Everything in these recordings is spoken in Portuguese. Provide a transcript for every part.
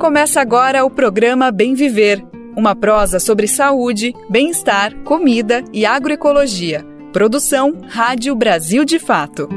Começa agora o programa Bem Viver, uma prosa sobre saúde, bem-estar, comida e agroecologia. Produção Rádio Brasil de Fato.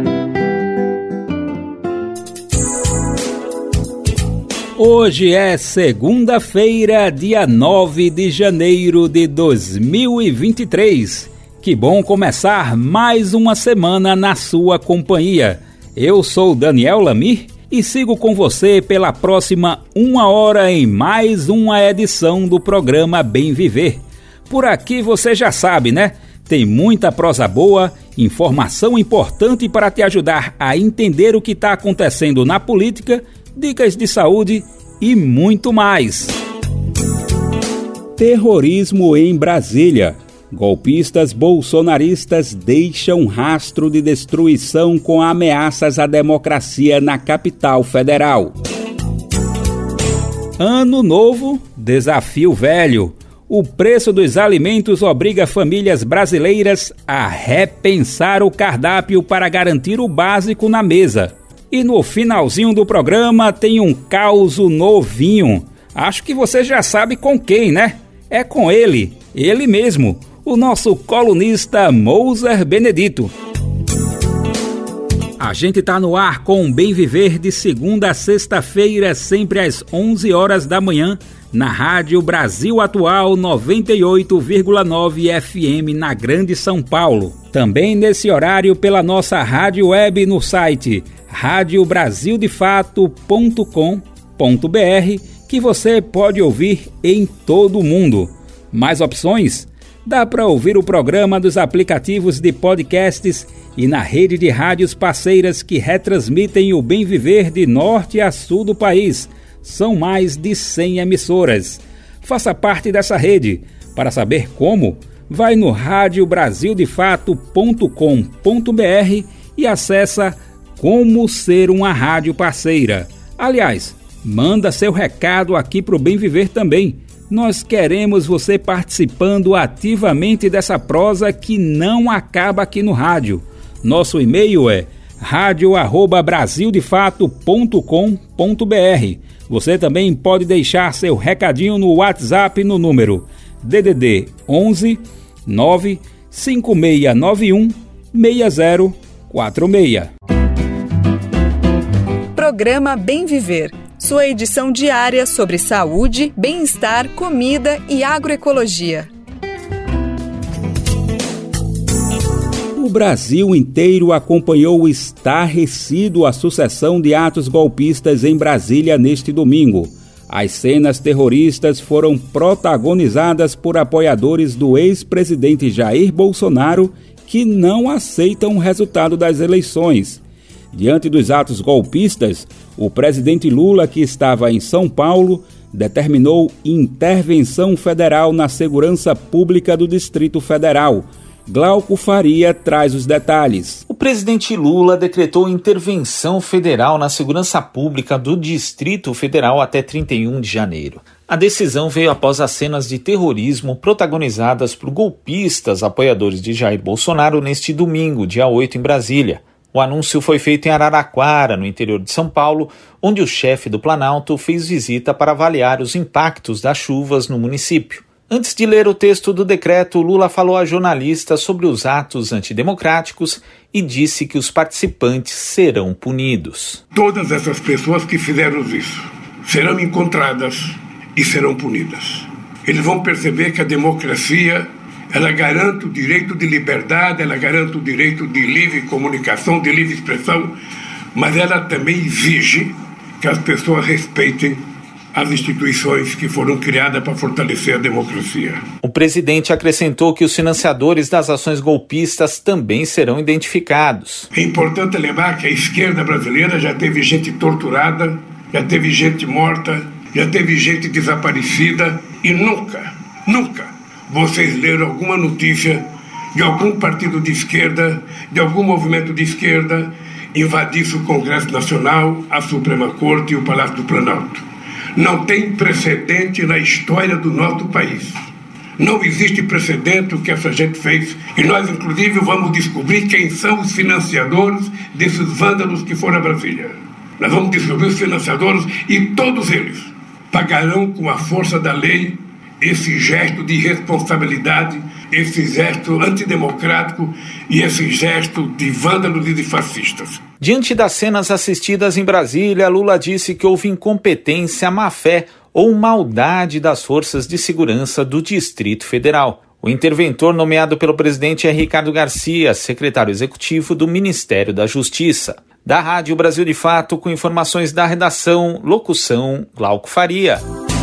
Hoje é segunda-feira, dia 9 de janeiro de 2023. Que bom começar mais uma semana na sua companhia. Eu sou Daniel Lamir e sigo com você pela próxima 1 hora em mais uma edição do programa Bem Viver. Por aqui você já sabe, né? Tem muita prosa boa, informação importante para te ajudar a entender o que está acontecendo na política, dicas de saúde e muito mais. Terrorismo em Brasília. Golpistas bolsonaristas deixam rastro de destruição com ameaças à democracia na capital federal. Ano novo, desafio velho. O preço dos alimentos obriga famílias brasileiras a repensar o cardápio para garantir o básico na mesa. E no finalzinho do programa tem um causo novinho. Acho que você já sabe com quem, né? É com ele mesmo, o nosso colunista Moser Benedito. A gente tá no ar com o Bem Viver de segunda a sexta-feira, sempre às 11 horas da manhã, na Rádio Brasil Atual 98,9 FM na Grande São Paulo. Também nesse horário pela nossa rádio web no site radiobrasildefato.com.br, que você pode ouvir em todo o mundo. Mais opções? Dá para ouvir o programa dos aplicativos de podcasts e na rede de rádios parceiras que retransmitem o Bem Viver de norte a sul do país. São mais de 100 emissoras. Faça parte dessa rede. Para saber como, vai no radiobrasildefato.com.br e acessa Como Ser uma Rádio Parceira. Aliás, manda seu recado aqui para o Bem Viver também. Nós queremos você participando ativamente dessa prosa que não acaba aqui no rádio. Nosso e-mail é radio@brasildefato.com.br. Você também pode deixar seu recadinho no WhatsApp no número DDD 11 95691 6046. Programa Bem Viver, sua edição diária sobre saúde, bem-estar, comida e agroecologia. O Brasil inteiro acompanhou estarrecido a sucessão de atos golpistas em Brasília neste domingo. As cenas terroristas foram protagonizadas por apoiadores do ex-presidente Jair Bolsonaro que não aceitam o resultado das eleições. Diante dos atos golpistas, o presidente Lula, que estava em São Paulo, determinou intervenção federal na segurança pública do Distrito Federal. Glauco Faria traz os detalhes. O presidente Lula decretou intervenção federal na segurança pública do Distrito Federal até 31 de janeiro. A decisão veio após as cenas de terrorismo protagonizadas por golpistas apoiadores de Jair Bolsonaro neste domingo, dia 8, em Brasília. O anúncio foi feito em Araraquara, no interior de São Paulo, onde o chefe do Planalto fez visita para avaliar os impactos das chuvas no município. Antes de ler o texto do decreto, Lula falou a jornalistas sobre os atos antidemocráticos e disse que os participantes serão punidos. Todas essas pessoas que fizeram isso serão encontradas e serão punidas. Eles vão perceber que a democracia, ela garante o direito de liberdade, ela garante o direito de livre comunicação, de livre expressão, mas ela também exige que as pessoas respeitem as instituições que foram criadas para fortalecer a democracia. O presidente acrescentou que os financiadores das ações golpistas também serão identificados. É importante lembrar que a esquerda brasileira já teve gente torturada, já teve gente morta, já teve gente desaparecida e nunca vocês leram alguma notícia de algum partido de esquerda, de algum movimento de esquerda invadisse o Congresso Nacional, a Suprema Corte e o Palácio do Planalto. Não tem precedente na história do nosso país. Não existe precedente o que essa gente fez. E nós, inclusive, vamos descobrir quem são os financiadores desses vândalos que foram a Brasília. Nós vamos descobrir os financiadores e todos eles pagarão com a força da lei esse gesto de irresponsabilidade, esse gesto antidemocrático e esse gesto de vândalos e de fascistas. Diante das cenas assistidas em Brasília, Lula disse que houve incompetência, má-fé ou maldade das forças de segurança do Distrito Federal. O interventor nomeado pelo presidente é Ricardo Garcia, secretário executivo do Ministério da Justiça. Da Rádio Brasil de Fato, com informações da redação, locução Glauco Faria.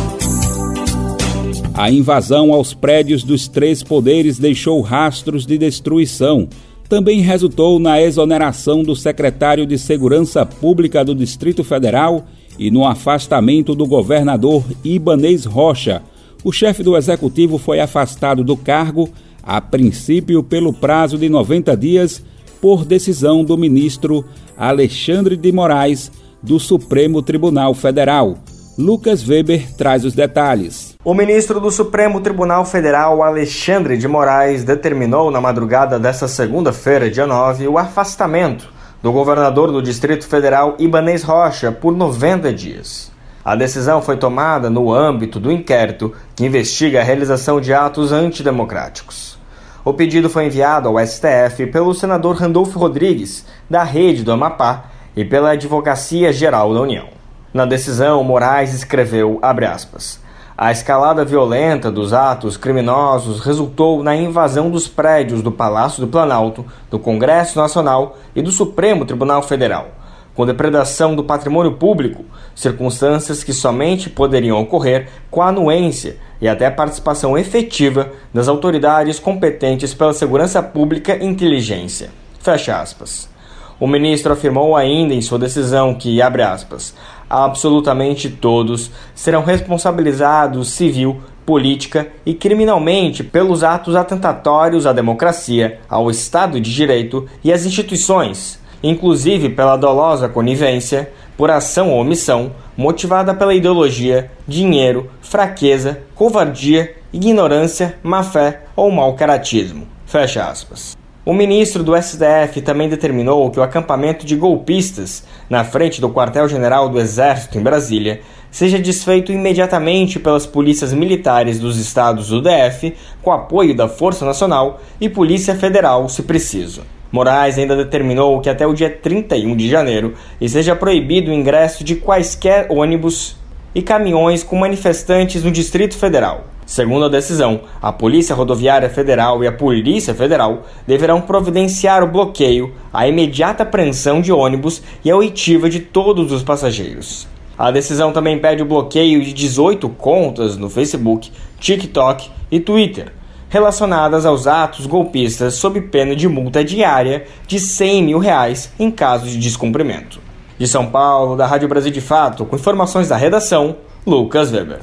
A invasão aos prédios dos três poderes deixou rastros de destruição. Também resultou na exoneração do secretário de Segurança Pública do Distrito Federal e no afastamento do governador Ibanez Rocha. O chefe do executivo foi afastado do cargo, a princípio pelo prazo de 90 dias, por decisão do ministro Alexandre de Moraes, do Supremo Tribunal Federal. Lucas Weber traz os detalhes. O ministro do Supremo Tribunal Federal, Alexandre de Moraes, determinou na madrugada desta segunda-feira, dia 9, o afastamento do governador do Distrito Federal, Ibanez Rocha, por 90 dias. A decisão foi tomada no âmbito do inquérito que investiga a realização de atos antidemocráticos. O pedido foi enviado ao STF pelo senador Randolfo Rodrigues, da Rede do Amapá, e pela Advocacia Geral da União. Na decisão, Moraes escreveu, abre aspas, a escalada violenta dos atos criminosos resultou na invasão dos prédios do Palácio do Planalto, do Congresso Nacional e do Supremo Tribunal Federal, com depredação do patrimônio público, circunstâncias que somente poderiam ocorrer com a anuência e até a participação efetiva das autoridades competentes pela segurança pública e inteligência. Fecha aspas. O ministro afirmou ainda em sua decisão que, abre aspas, absolutamente todos serão responsabilizados civil, política e criminalmente pelos atos atentatórios à democracia, ao Estado de Direito e às instituições, inclusive pela dolosa conivência, por ação ou omissão, motivada pela ideologia, dinheiro, fraqueza, covardia, ignorância, má-fé ou mau caratismo. Fecha aspas. O ministro do STF também determinou que o acampamento de golpistas na frente do quartel-general do Exército em Brasília seja desfeito imediatamente pelas polícias militares dos estados do DF, com apoio da Força Nacional e Polícia Federal, se preciso. Moraes ainda determinou que até o dia 31 de janeiro seja proibido o ingresso de quaisquer ônibus e caminhões com manifestantes no Distrito Federal. Segundo a decisão, a Polícia Rodoviária Federal e a Polícia Federal deverão providenciar o bloqueio, a imediata apreensão de ônibus e a oitiva de todos os passageiros. A decisão também pede o bloqueio de 18 contas no Facebook, TikTok e Twitter, relacionadas aos atos golpistas sob pena de multa diária de R$100 mil em caso de descumprimento. De São Paulo, da Rádio Brasil de Fato, com informações da redação, Lucas Weber.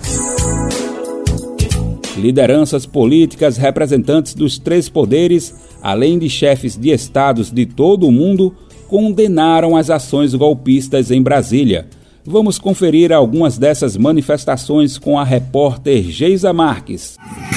Lideranças políticas, representantes dos três poderes, além de chefes de estados de todo o mundo, condenaram as ações golpistas em Brasília. Vamos conferir algumas dessas manifestações com a repórter Geisa Marques.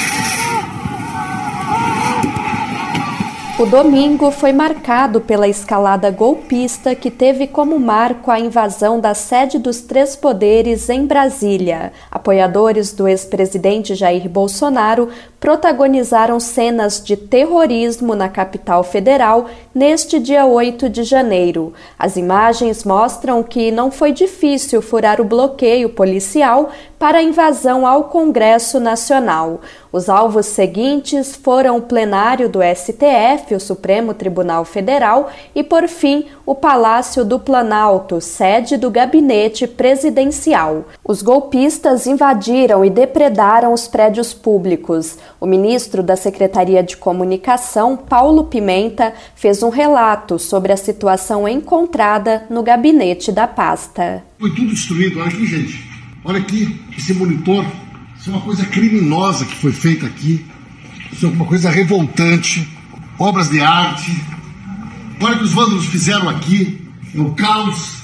O domingo foi marcado pela escalada golpista que teve como marco a invasão da sede dos três poderes em Brasília. Apoiadores do ex-presidente Jair Bolsonaro protagonizaram cenas de terrorismo na capital federal neste dia 8 de janeiro. As imagens mostram que não foi difícil furar o bloqueio policial para a invasão ao Congresso Nacional. Os alvos seguintes foram o plenário do STF, o Supremo Tribunal Federal, e, por fim, o Palácio do Planalto, sede do gabinete presidencial. Os golpistas invadiram e depredaram os prédios públicos. O ministro da Secretaria de Comunicação, Paulo Pimenta, fez um relato sobre a situação encontrada no gabinete da pasta. Foi tudo destruído. Olha aqui, gente. Olha aqui, esse monitor. Isso é uma coisa criminosa que foi feita aqui. Isso é uma coisa revoltante. Obras de arte. Olha o que os vândalos fizeram aqui. É o caos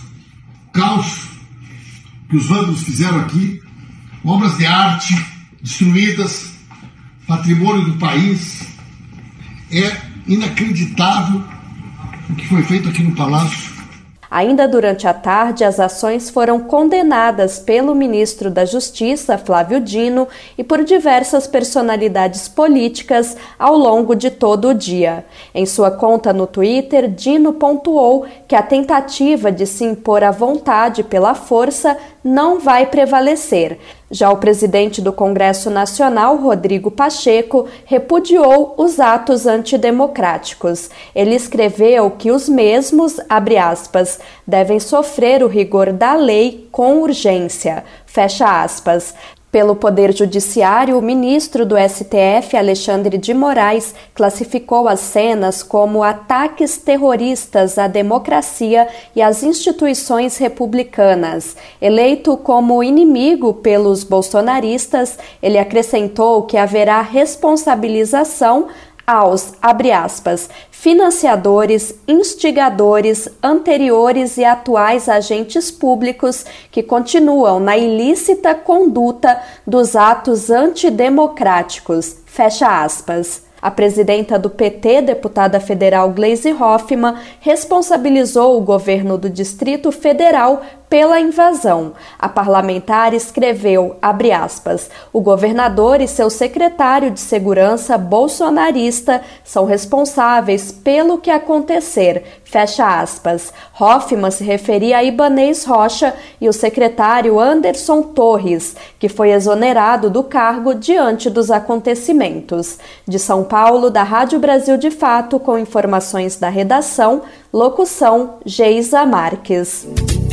que os vândalos fizeram aqui. Obras de arte destruídas. Patrimônio do país. É inacreditável o que foi feito aqui no Palácio. Ainda durante a tarde, as ações foram condenadas pelo ministro da Justiça, Flávio Dino, e por diversas personalidades políticas ao longo de todo o dia. Em sua conta no Twitter, Dino pontuou que a tentativa de se impor à vontade pela força não vai prevalecer. Já o presidente do Congresso Nacional, Rodrigo Pacheco, repudiou os atos antidemocráticos. Ele escreveu que os mesmos, abre aspas, devem sofrer o rigor da lei com urgência, fecha aspas. Pelo Poder Judiciário, o ministro do STF, Alexandre de Moraes, classificou as cenas como ataques terroristas à democracia e às instituições republicanas. Eleito como inimigo pelos bolsonaristas, ele acrescentou que haverá responsabilização aos, abre aspas, financiadores, instigadores, anteriores e atuais agentes públicos que continuam na ilícita conduta dos atos antidemocráticos, fecha aspas. A presidenta do PT, deputada federal Gleisi Hoffmann, responsabilizou o governo do Distrito Federal pela invasão. A parlamentar escreveu, abre aspas, o governador e seu secretário de segurança bolsonarista são responsáveis pelo que acontecer, fecha aspas. Hoffmann se referia a Ibanez Rocha e o secretário Anderson Torres, que foi exonerado do cargo diante dos acontecimentos. De São Paulo, da Rádio Brasil de Fato, com informações da redação, locução Geisa Marques.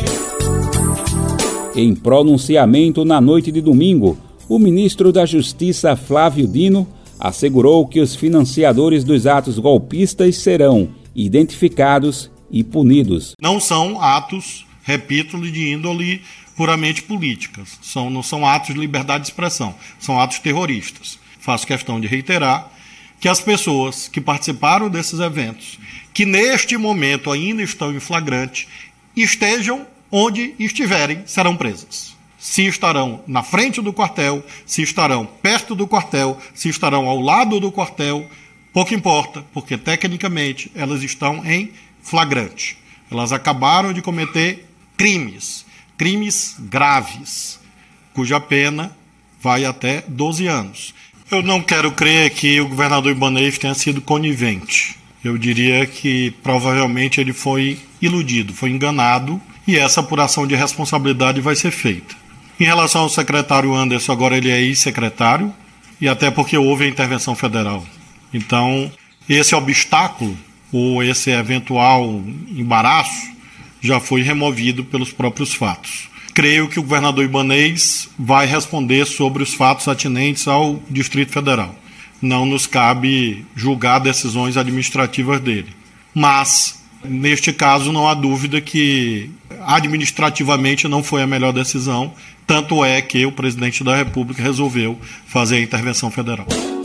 Em pronunciamento na noite de domingo, o ministro da Justiça, Flávio Dino, assegurou que os financiadores dos atos golpistas serão identificados e punidos. Não são atos, repito, de índole puramente políticas. Não são atos de liberdade de expressão, são atos terroristas. Faço questão de reiterar que as pessoas que participaram desses eventos, que neste momento ainda estão em flagrante, estejam onde estiverem, serão presas. Se estarão na frente do quartel, se estarão perto do quartel, se estarão ao lado do quartel, pouco importa, porque tecnicamente elas estão em flagrante. Elas acabaram de cometer crimes graves, cuja pena vai até 12 anos. Eu não quero crer que o governador Ibanez tenha sido conivente. Eu diria que provavelmente ele foi iludido, foi enganado, e essa apuração de responsabilidade vai ser feita. Em relação ao secretário Anderson, agora ele é ex-secretário, e até porque houve a intervenção federal. Então, esse obstáculo, ou esse eventual embaraço, já foi removido pelos próprios fatos. Creio que o governador Ibanez vai responder sobre os fatos atinentes ao Distrito Federal. Não nos cabe julgar decisões administrativas dele. Mas, neste caso, não há dúvida que administrativamente não foi a melhor decisão, tanto é que o presidente da República resolveu fazer a intervenção federal.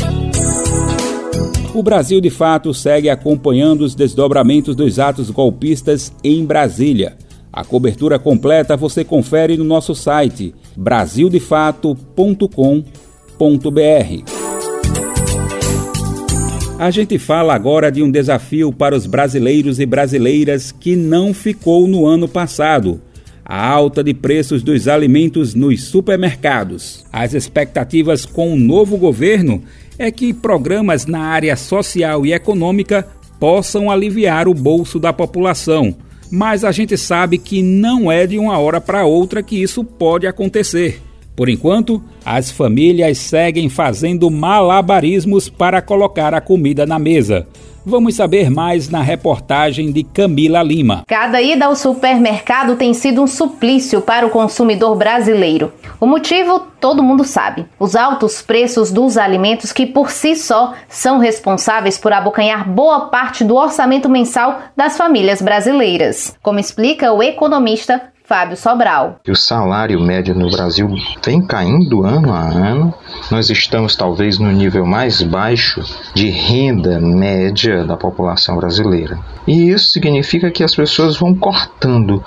O Brasil de Fato segue acompanhando os desdobramentos dos atos golpistas em Brasília. A cobertura completa você confere no nosso site brasildefato.com.br. A gente fala agora de um desafio para os brasileiros e brasileiras que não ficou no ano passado: a alta de preços dos alimentos nos supermercados. As expectativas com o novo governo é que programas na área social e econômica possam aliviar o bolso da população. Mas a gente sabe que não é de uma hora para outra que isso pode acontecer. Por enquanto, as famílias seguem fazendo malabarismos para colocar a comida na mesa. Vamos saber mais na reportagem de Camila Lima. Cada ida ao supermercado tem sido um suplício para o consumidor brasileiro. O motivo, todo mundo sabe: os altos preços dos alimentos que por si só são responsáveis por abocanhar boa parte do orçamento mensal das famílias brasileiras. Como explica o economista Fábio Sobral. O salário médio no Brasil vem caindo ano a ano. Nós estamos talvez no nível mais baixo de renda média da população brasileira. E isso significa que as pessoas vão cortando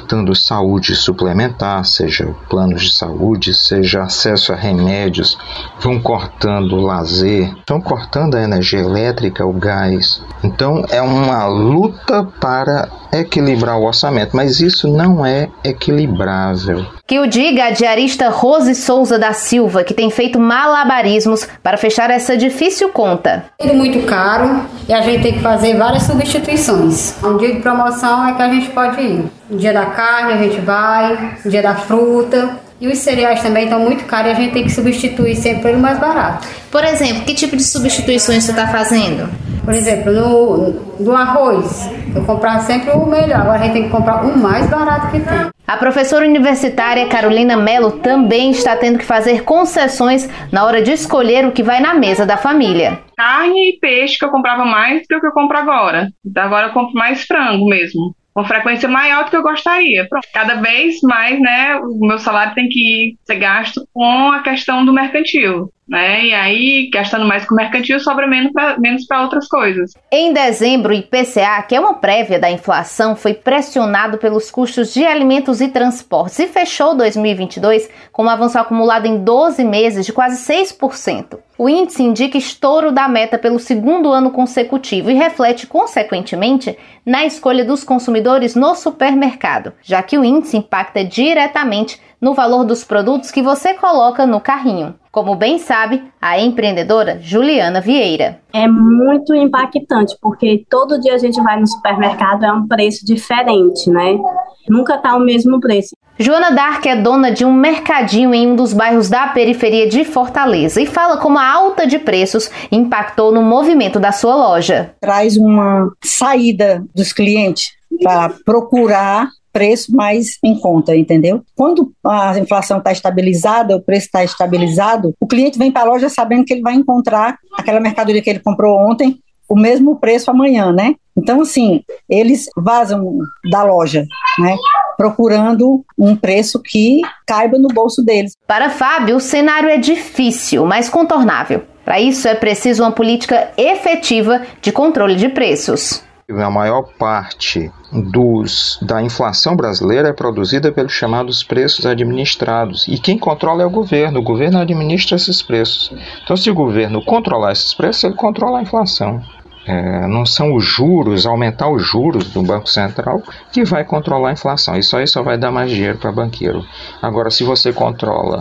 saúde suplementar, seja planos de saúde, seja acesso a remédios, vão cortando o lazer, estão cortando a energia elétrica, o gás. Então é uma luta para equilibrar o orçamento, mas isso não é equilibrável. Que o diga a diarista Rose Souza da Silva, que tem feito malabarismos para fechar essa difícil conta. É muito caro e a gente tem que fazer várias substituições. Um dia de promoção é que a gente pode ir. No dia da carne a gente vai, no dia da fruta. E os cereais também estão muito caros e a gente tem que substituir sempre pelo mais barato. Por exemplo, que tipo de substituições você está fazendo? Por exemplo, no arroz, eu comprava sempre o melhor, agora a gente tem que comprar o mais barato que tem. A professora universitária Carolina Mello também está tendo que fazer concessões na hora de escolher o que vai na mesa da família. Carne e peixe que eu comprava mais do que eu compro agora. Então agora eu compro mais frango mesmo, com frequência maior do que eu gostaria. Pronto. Cada vez mais, né, o meu salário tem que ser gasto com a questão do mercantil, né? E aí, gastando mais com o mercantil, sobra menos para outras coisas. Em dezembro, o IPCA, que é uma prévia da inflação, foi pressionado pelos custos de alimentos e transportes e fechou 2022 com um avanço acumulado em 12 meses de quase 6%. O índice indica estouro da meta pelo segundo ano consecutivo e reflete, consequentemente, na escolha dos consumidores no supermercado, já que o índice impacta diretamente no valor dos produtos que você coloca no carrinho. Como bem sabe a empreendedora Juliana Vieira. É muito impactante, porque todo dia a gente vai no supermercado, é um preço diferente, né? Nunca está o mesmo preço. Joana Dark é dona de um mercadinho em um dos bairros da periferia de Fortaleza e fala como a alta de preços impactou no movimento da sua loja. Traz uma saída dos clientes para procurar preço mais em conta, entendeu? Quando a inflação está estabilizada, o preço está estabilizado, o cliente vem para a loja sabendo que ele vai encontrar aquela mercadoria que ele comprou ontem, o mesmo preço amanhã, né? Então, assim, eles vazam da loja, né? Procurando um preço que caiba no bolso deles. Para Fábio, o cenário é difícil, mas contornável. Para isso, é preciso uma política efetiva de controle de preços. A maior parte da inflação brasileira é produzida pelos chamados preços administrados. E quem controla é o governo administra esses preços. Então, se o governo controlar esses preços, ele controla a inflação. Não são os juros, aumentar os juros do Banco Central que vai controlar a inflação. Isso aí só vai dar mais dinheiro para banqueiro. Agora, se você controla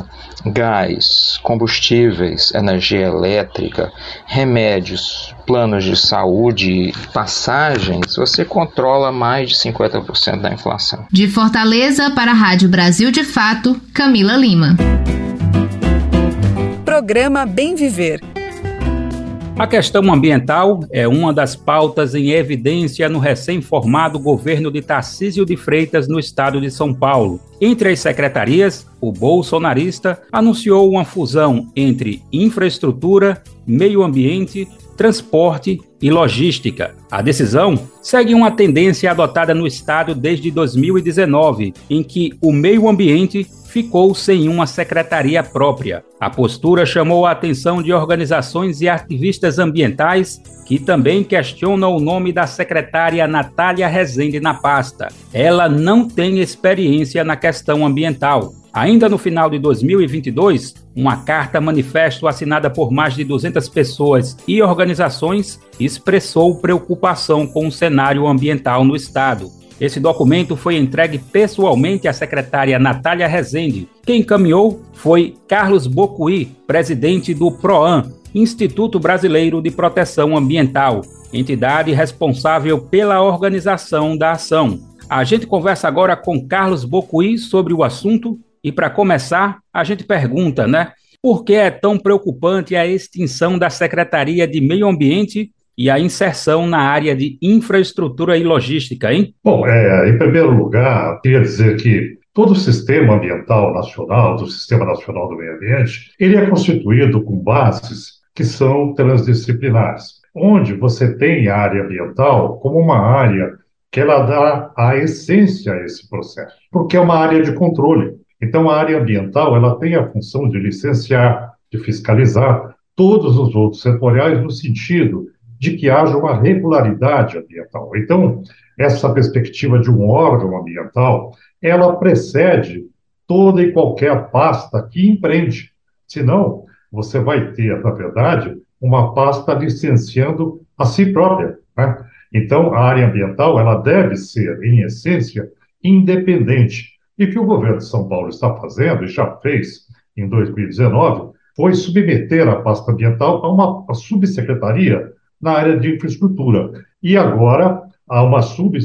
gás, combustíveis, energia elétrica, remédios, planos de saúde, passagens, você controla mais de 50% da inflação. De Fortaleza para a Rádio Brasil de Fato, Camila Lima. Programa Bem Viver. A questão ambiental é uma das pautas em evidência no recém-formado governo de Tarcísio de Freitas no estado de São Paulo. Entre as secretarias, o bolsonarista anunciou uma fusão entre infraestrutura, meio ambiente, transporte e logística. A decisão segue uma tendência adotada no estado desde 2019, em que o meio ambiente ficou sem uma secretaria própria. A postura chamou a atenção de organizações e ativistas ambientais que também questionam o nome da secretária Natália Rezende na pasta. Ela não tem experiência na questão ambiental. Ainda no final de 2022, uma carta manifesto assinada por mais de 200 pessoas e organizações expressou preocupação com o cenário ambiental no estado. Esse documento foi entregue pessoalmente à secretária Natália Rezende. Quem encaminhou foi Carlos Bocuí, presidente do PROAM, Instituto Brasileiro de Proteção Ambiental, entidade responsável pela organização da ação. A gente conversa agora com Carlos Bocuí sobre o assunto e, para começar, a gente pergunta, por que é tão preocupante a extinção da Secretaria de Meio Ambiente e a inserção na área de infraestrutura e logística, hein? Bom, em primeiro lugar, queria dizer que todo o sistema ambiental nacional, do Sistema Nacional do Meio Ambiente, ele é constituído com bases que são transdisciplinares, onde você tem a área ambiental como uma área que ela dá a essência a esse processo, porque é uma área de controle. Então, a área ambiental ela tem a função de licenciar, de fiscalizar todos os outros setoriais no sentido de que haja uma regularidade ambiental. Então, essa perspectiva de um órgão ambiental, ela precede toda e qualquer pasta que empreende. Senão, você vai ter, na verdade, uma pasta licenciando a si própria, né? Então, a área ambiental, ela deve ser, em essência, independente. E o que o governo de São Paulo está fazendo, e já fez em 2019, foi submeter a pasta ambiental a uma subsecretaria na área de infraestrutura. E agora há uma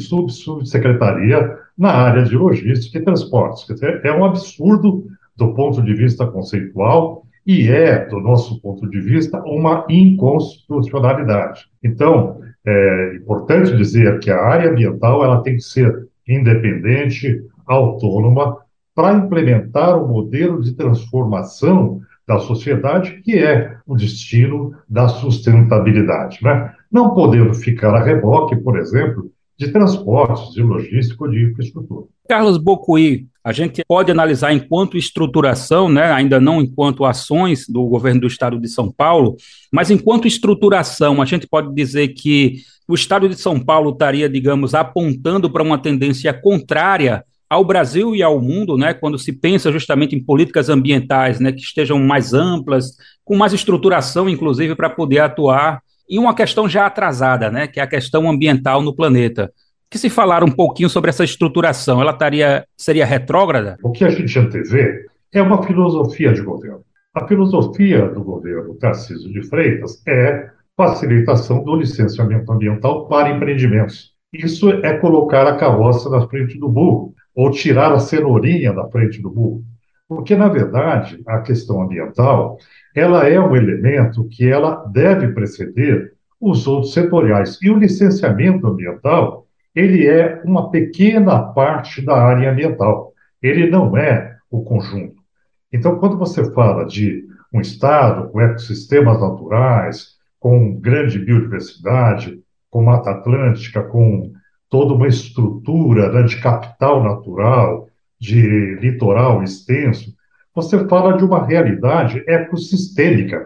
subsecretaria na área de logística e transportes. Quer dizer, é um absurdo do ponto de vista conceitual e é, do nosso ponto de vista, uma inconstitucionalidade. Então, é importante dizer que a área ambiental ela tem que ser independente, autônoma, para implementar o modelo de transformação da sociedade, que é o destino da sustentabilidade, né? Não podendo ficar a reboque, por exemplo, de transportes, de logística ou de infraestrutura. Carlos Bocuí, a gente pode analisar enquanto estruturação, né, ainda não enquanto ações do governo do estado de São Paulo, mas enquanto estruturação, a gente pode dizer que o estado de São Paulo estaria, digamos, apontando para uma tendência contrária ao Brasil e ao mundo, né, quando se pensa justamente em políticas ambientais, né, que estejam mais amplas, com mais estruturação, inclusive, para poder atuar em uma questão já atrasada, né, que é a questão ambiental no planeta. Que se falar um pouquinho sobre essa estruturação, ela seria retrógrada? O que a gente antevê é uma filosofia de governo. A filosofia do governo Tarcísio de Freitas é facilitação do licenciamento ambiental para empreendimentos. Isso é colocar a carroça na frente do burro, ou tirar a cenourinha da frente do burro. Porque, na verdade, a questão ambiental, ela é um elemento que ela deve preceder os outros setoriais. E o licenciamento ambiental, ele é uma pequena parte da área ambiental. Ele não é o conjunto. Então, quando você fala de um estado com ecossistemas naturais, com grande biodiversidade, com Mata Atlântica, com toda uma estrutura, né, de capital natural, de litoral extenso, você fala de uma realidade ecossistêmica.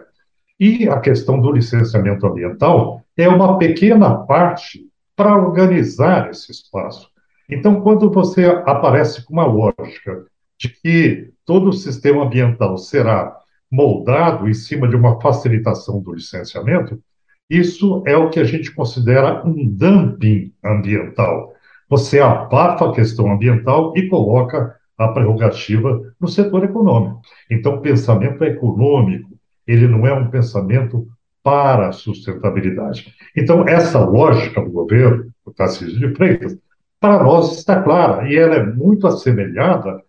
E a questão do licenciamento ambiental é uma pequena parte para organizar esse espaço. Então, quando você aparece com uma lógica de que todo o sistema ambiental será moldado em cima de uma facilitação do licenciamento, isso é o que a gente considera um dumping ambiental. Você abafa a questão ambiental e coloca a prerrogativa no setor econômico. Então, o pensamento econômico, ele não é um pensamento para a sustentabilidade. Então, essa lógica do governo, do Tarcísio de Freitas, para nós está clara, e ela é muito assemelhada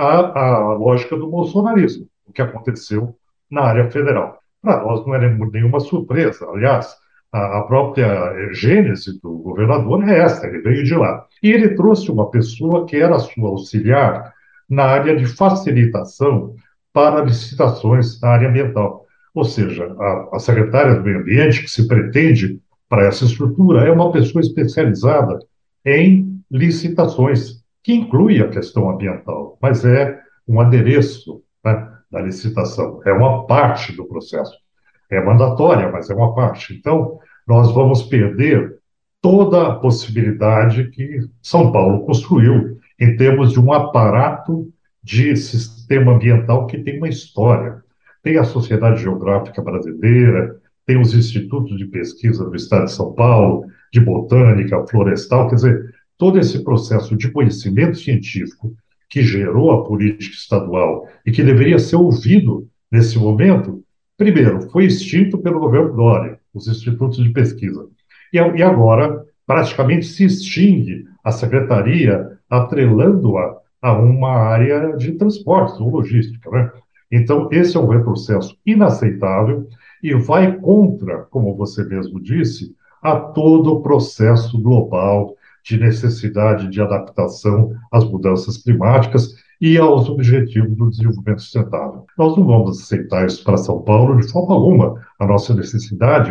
à lógica do bolsonarismo, o que aconteceu na área federal. Para nós não é nenhuma surpresa. Aliás, a própria gênese do governador é essa, ele veio de lá. E ele trouxe uma pessoa que era sua auxiliar na área de facilitação para licitações na área ambiental. Ou seja, a secretária do Meio Ambiente, que se pretende para essa estrutura, é uma pessoa especializada em licitações, que inclui a questão ambiental, mas é um adereço, né, da licitação, é uma parte do processo. É mandatória, mas é uma parte. Então, nós vamos perder toda a possibilidade que São Paulo construiu em termos de um aparato de sistema ambiental que tem uma história. Tem a Sociedade Geográfica Brasileira, tem os institutos de pesquisa do Estado de São Paulo, de botânica, florestal, quer dizer, todo esse processo de conhecimento científico que gerou a política estadual e que deveria ser ouvido nesse momento, primeiro, foi extinto pelo governo Dória, os institutos de pesquisa. E agora, praticamente se extingue a secretaria, atrelando-a a uma área de transportes ou logística, né? Então, esse é um retrocesso inaceitável e vai contra, como você mesmo disse, a todo o processo global de necessidade de adaptação às mudanças climáticas e aos objetivos do desenvolvimento sustentável. Nós não vamos aceitar isso para São Paulo de forma alguma. A nossa necessidade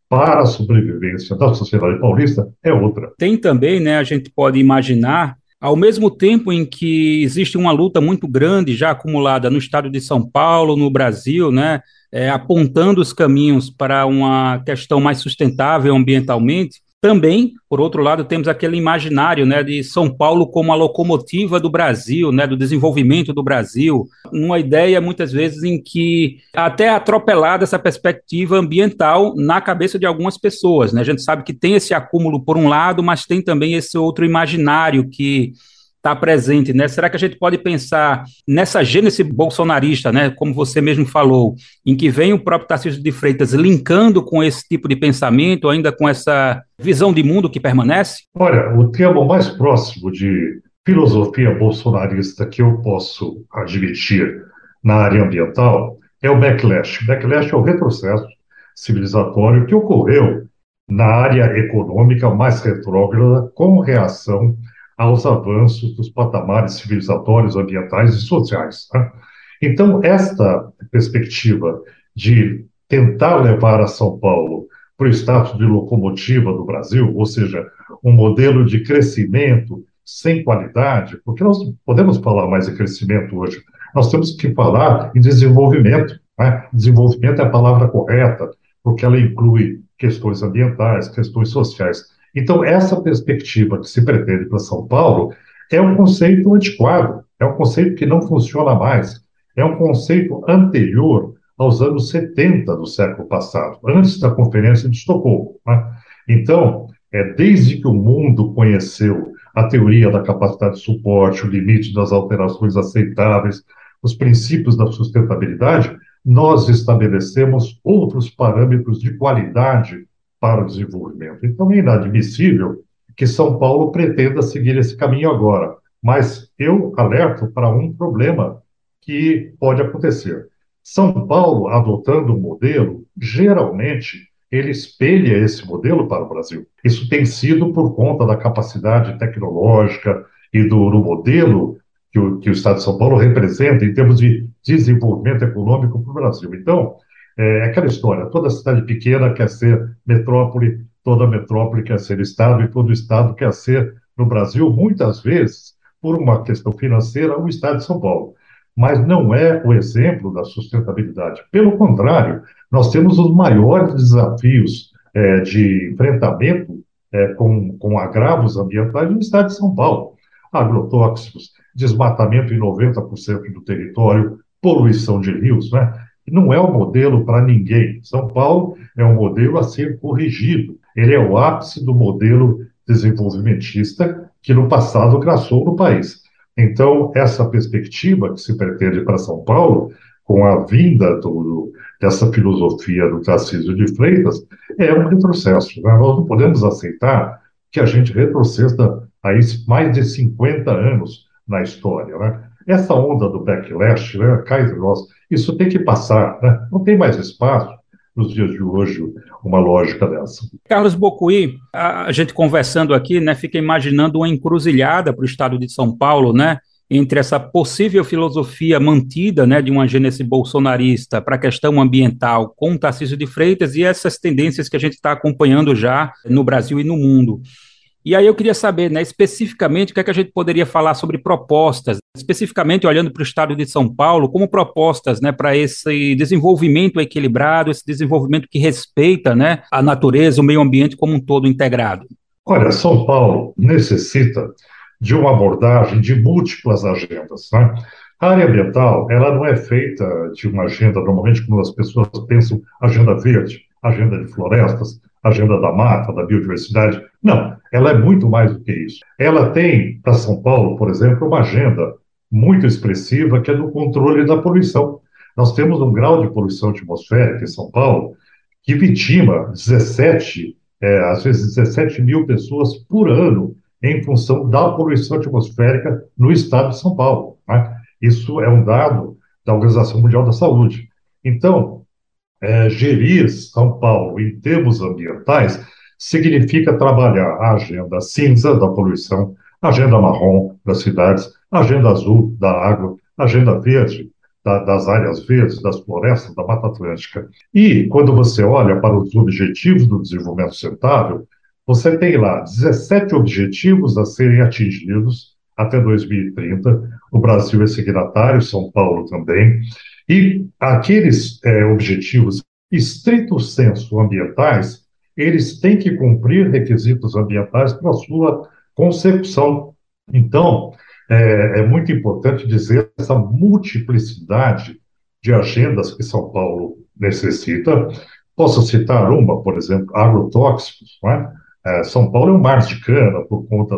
para a sobrevivência da sociedade paulista é outra. Tem também, né, a gente pode imaginar, ao mesmo tempo em que existe uma luta muito grande já acumulada no estado de São Paulo, no Brasil, né, apontando os caminhos para uma questão mais sustentável ambientalmente, também, por outro lado, temos aquele imaginário, né, de São Paulo como a locomotiva do Brasil, né, do desenvolvimento do Brasil, uma ideia muitas vezes em que até atropelada essa perspectiva ambiental na cabeça de algumas pessoas, né? A gente sabe que tem esse acúmulo por um lado, mas tem também esse outro imaginário que está presente, né? Será que a gente pode pensar nessa gênese bolsonarista, né, como você mesmo falou, em que vem o próprio Tarcísio de Freitas linkando com esse tipo de pensamento, ainda com essa visão de mundo que permanece? Olha, o termo mais próximo de filosofia bolsonarista que eu posso admitir na área ambiental é o backlash. Backlash é o retrocesso civilizatório que ocorreu na área econômica mais retrógrada como reação aos avanços dos patamares civilizatórios, ambientais e sociais, né? Então, esta perspectiva de tentar levar a São Paulo para o status de locomotiva do Brasil, ou seja, um modelo de crescimento sem qualidade, porque nós não podemos falar mais em crescimento hoje, nós temos que falar em desenvolvimento, né? Desenvolvimento é a palavra correta, porque ela inclui questões ambientais, questões sociais. Então, essa perspectiva que se pretende para São Paulo é um conceito antiquado, é um conceito que não funciona mais, é um conceito anterior aos anos 70 do século passado, antes da Conferência de Estocolmo, né? Então, desde que o mundo conheceu a teoria da capacidade de suporte, o limite das alterações aceitáveis, os princípios da sustentabilidade, nós estabelecemos outros parâmetros de qualidade para o desenvolvimento. Então, é inadmissível que São Paulo pretenda seguir esse caminho agora. Mas eu alerto para um problema que pode acontecer. São Paulo, adotando um modelo, geralmente, ele espelha esse modelo para o Brasil. Isso tem sido por conta da capacidade tecnológica e do modelo que o Estado de São Paulo representa em termos de desenvolvimento econômico para o Brasil. Então, é aquela história, toda cidade pequena quer ser metrópole, toda metrópole quer ser Estado, e todo Estado quer ser, no Brasil, muitas vezes, por uma questão financeira, o Estado de São Paulo. Mas não é o exemplo da sustentabilidade. Pelo contrário, nós temos os maiores desafios de enfrentamento com agravos ambientais no Estado de São Paulo. Agrotóxicos, desmatamento em 90% do território, poluição de rios, né? Não é um modelo para ninguém. São Paulo é um modelo a ser corrigido. Ele é o ápice do modelo desenvolvimentista que no passado graçou no país. Então, essa perspectiva que se pretende para São Paulo, com a vinda dessa filosofia do Tarcísio de Freitas, é um retrocesso, né? Nós não podemos aceitar que a gente retroceda aí mais de 50 anos na história, né? Essa onda do backlash, né, cai de nós, isso tem que passar, né? Não tem mais espaço nos dias de hoje uma lógica dessa. Carlos Bocuí, a gente conversando aqui, né, fica imaginando uma encruzilhada para o estado de São Paulo, né, entre essa possível filosofia mantida, né, de uma gênese bolsonarista para a questão ambiental com Tarcísio de Freitas e essas tendências que a gente está acompanhando já no Brasil e no mundo. E aí eu queria saber, né, especificamente, o que é que a gente poderia falar sobre propostas, especificamente olhando para o estado de São Paulo, como propostas, né, para esse desenvolvimento equilibrado, esse desenvolvimento que respeita, né, a natureza, o meio ambiente como um todo integrado. Olha, São Paulo necessita de uma abordagem de múltiplas agendas, né? A área ambiental, ela não é feita de uma agenda, normalmente, como as pessoas pensam, agenda verde, agenda de florestas, agenda da mata, da biodiversidade. Não, ela é muito mais do que isso. Ela tem, para São Paulo, por exemplo, uma agenda muito expressiva que é do controle da poluição. Nós temos um grau de poluição atmosférica em São Paulo que vitima 17, às vezes 17 mil pessoas por ano em função da poluição atmosférica no estado de São Paulo, né? Isso é um dado da Organização Mundial da Saúde. Então, gerir São Paulo em termos ambientais significa trabalhar a agenda cinza da poluição, a agenda marrom das cidades, a agenda azul da água, a agenda verde das áreas verdes, das florestas, da Mata Atlântica. E quando você olha para os objetivos do desenvolvimento sustentável, você tem lá 17 objetivos a serem atingidos até 2030. O Brasil é signatário, São Paulo também. E aqueles objetivos estrito sensu ambientais, eles têm que cumprir requisitos ambientais para a sua consecução. Então, é muito importante dizer essa multiplicidade de agendas que São Paulo necessita. Posso citar uma, por exemplo, agrotóxicos, não é? São Paulo é um mar de cana por conta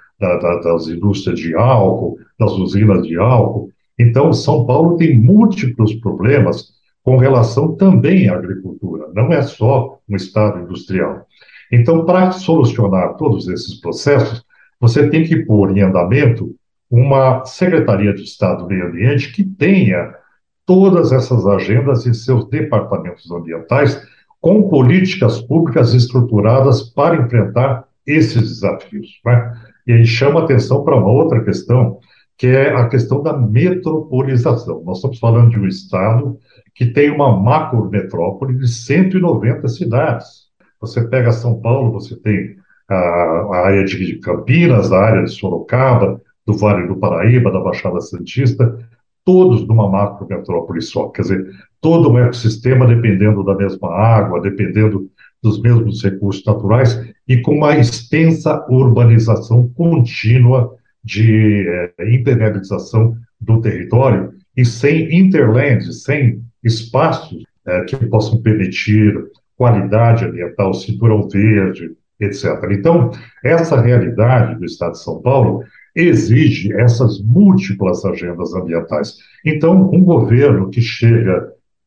das indústrias de álcool, das usinas de álcool. Então, São Paulo tem múltiplos problemas com relação também à agricultura, não é só um estado industrial. Então, para solucionar todos esses processos, você tem que pôr em andamento uma Secretaria de Estado do Meio Ambiente que tenha todas essas agendas em seus departamentos ambientais com políticas públicas estruturadas para enfrentar esses desafios, né? E aí chama atenção para uma outra questão, que é a questão da metropolização. Nós estamos falando de um estado que tem uma macrometrópole de 190 cidades. Você pega São Paulo, você tem a área de Campinas, a área de Sorocaba, do Vale do Paraíba, da Baixada Santista, todos numa macrometrópole só. Quer dizer, todo um ecossistema dependendo da mesma água, dependendo dos mesmos recursos naturais e com uma extensa urbanização contínua de impermeabilização do território e sem interlands, sem espaços que possam permitir qualidade ambiental, cinturão verde, etc. Então, essa realidade do Estado de São Paulo exige essas múltiplas agendas ambientais. Então, um governo que chega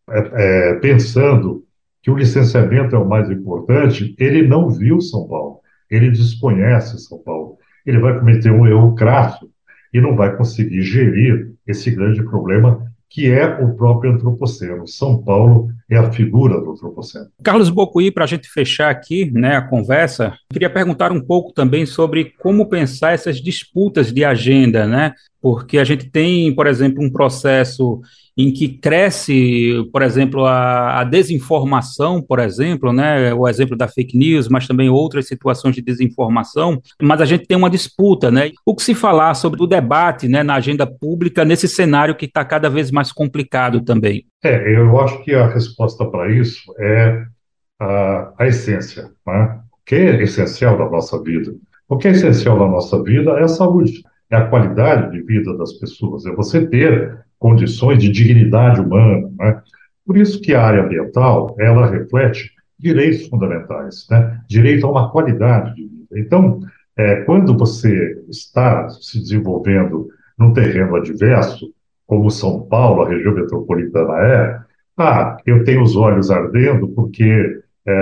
pensando que o licenciamento é o mais importante, ele não viu São Paulo, ele desconhece São Paulo. Ele vai cometer um erro crasso e não vai conseguir gerir esse grande problema que é o próprio antropoceno. São Paulo é a figura do antropoceno. Carlos Bocuí, para a gente fechar aqui, né, a conversa, queria perguntar um pouco também sobre como pensar essas disputas de agenda, né? Porque a gente tem, por exemplo, um processo em que cresce, por exemplo, a desinformação, por exemplo, né, o exemplo da fake news, mas também outras situações de desinformação, mas a gente tem uma disputa, né? O que se falar sobre o debate, né, na agenda pública nesse cenário que está cada vez mais complicado também? Eu acho que a resposta para isso é a essência, né? O que é essencial da nossa vida? O que é essencial da nossa vida é a saúde, é a qualidade de vida das pessoas, é você ter condições de dignidade humana, né? Por isso que a área ambiental, ela reflete direitos fundamentais, né? Direito a uma qualidade de vida. Então, quando você está se desenvolvendo num terreno adverso, como São Paulo, a região metropolitana eu tenho os olhos ardendo porque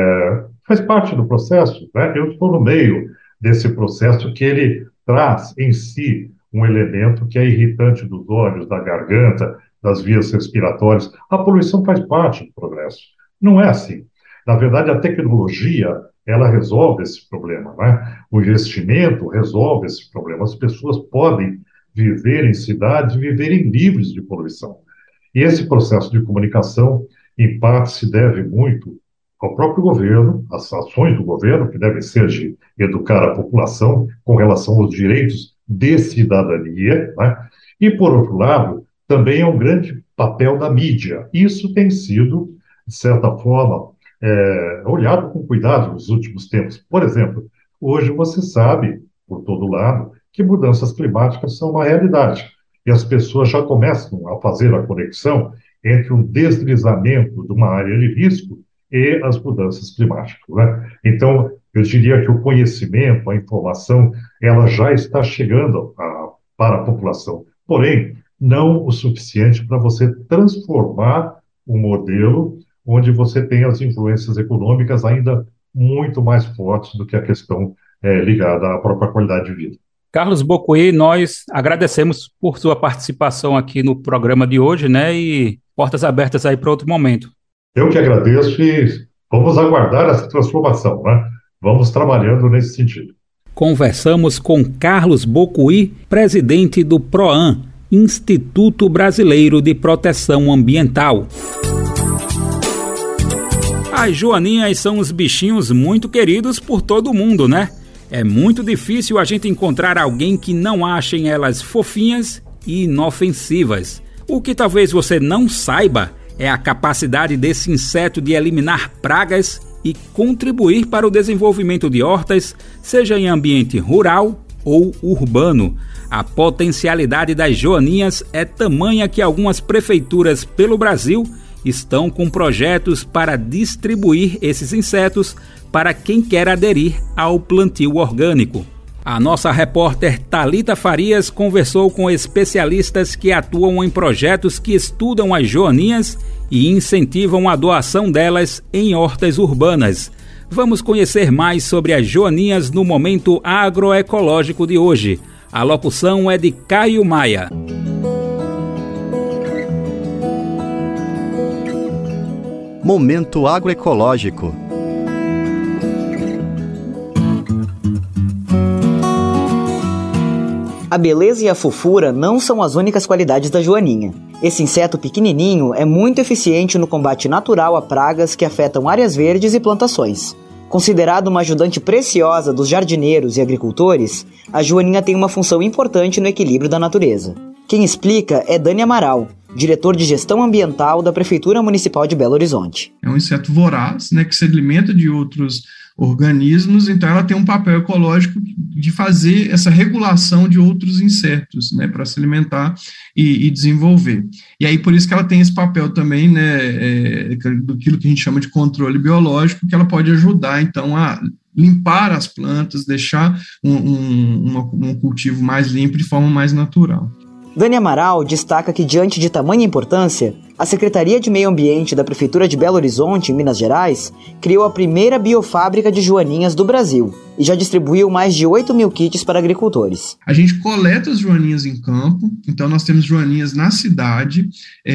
faz parte do processo, né? Eu estou no meio desse processo que ele traz em si um elemento que é irritante dos olhos, da garganta, das vias respiratórias. A poluição faz parte do progresso. Não é assim. Na verdade, a tecnologia, ela resolve esse problema, né? O investimento resolve esse problema. As pessoas podem viver em cidades e viverem livres de poluição. E esse processo de comunicação, em parte, se deve muito ao próprio governo, às ações do governo, que devem ser de educar a população com relação aos direitos de cidadania, né? E, por outro lado, também é um grande papel da mídia. Isso tem sido, de certa forma, olhado com cuidado nos últimos tempos. Por exemplo, hoje você sabe, por todo lado, que mudanças climáticas são uma realidade. E as pessoas já começam a fazer a conexão entre o deslizamento de uma área de risco e as mudanças climáticas, né? Então, eu diria que o conhecimento, a informação, ela já está chegando para a população. Porém, não o suficiente para você transformar um modelo onde você tem as influências econômicas ainda muito mais fortes do que a questão ligada à própria qualidade de vida. Carlos Bocuí, nós agradecemos por sua participação aqui no programa de hoje, né? E portas abertas aí para outro momento. Eu que agradeço e vamos aguardar essa transformação, né? Vamos trabalhando nesse sentido. Conversamos com Carlos Bocuí, presidente do PROAN, Instituto Brasileiro de Proteção Ambiental. As joaninhas são uns bichinhos muito queridos por todo mundo, né? É muito difícil a gente encontrar alguém que não achem elas fofinhas e inofensivas. O que talvez você não saiba é a capacidade desse inseto de eliminar pragas e contribuir para o desenvolvimento de hortas, seja em ambiente rural ou urbano. A potencialidade das joaninhas é tamanha que algumas prefeituras pelo Brasil estão com projetos para distribuir esses insetos para quem quer aderir ao plantio orgânico. A nossa repórter Thalita Farias conversou com especialistas que atuam em projetos que estudam as joaninhas e incentivam a doação delas em hortas urbanas. Vamos conhecer mais sobre as joaninhas no Momento Agroecológico de hoje. A locução é de Caio Maia. Momento Agroecológico. A beleza e a fofura não são as únicas qualidades da joaninha. Esse inseto pequenininho é muito eficiente no combate natural a pragas que afetam áreas verdes e plantações. Considerado uma ajudante preciosa dos jardineiros e agricultores, a joaninha tem uma função importante no equilíbrio da natureza. Quem explica é Dani Amaral, diretor de Gestão Ambiental da Prefeitura Municipal de Belo Horizonte. É um inseto voraz, né, que se alimenta de outros organismos, então ela tem um papel ecológico de fazer essa regulação de outros insetos, né, para se alimentar e desenvolver. E aí por isso que ela tem esse papel também, né, do que a gente chama de controle biológico, que ela pode ajudar então a limpar as plantas, deixar um cultivo mais limpo de forma mais natural. Dani Amaral destaca que, diante de tamanha importância, a Secretaria de Meio Ambiente da Prefeitura de Belo Horizonte, em Minas Gerais, criou a primeira biofábrica de joaninhas do Brasil e já distribuiu mais de 8 mil kits para agricultores. A gente coleta as joaninhas em campo, então nós temos joaninhas na cidade,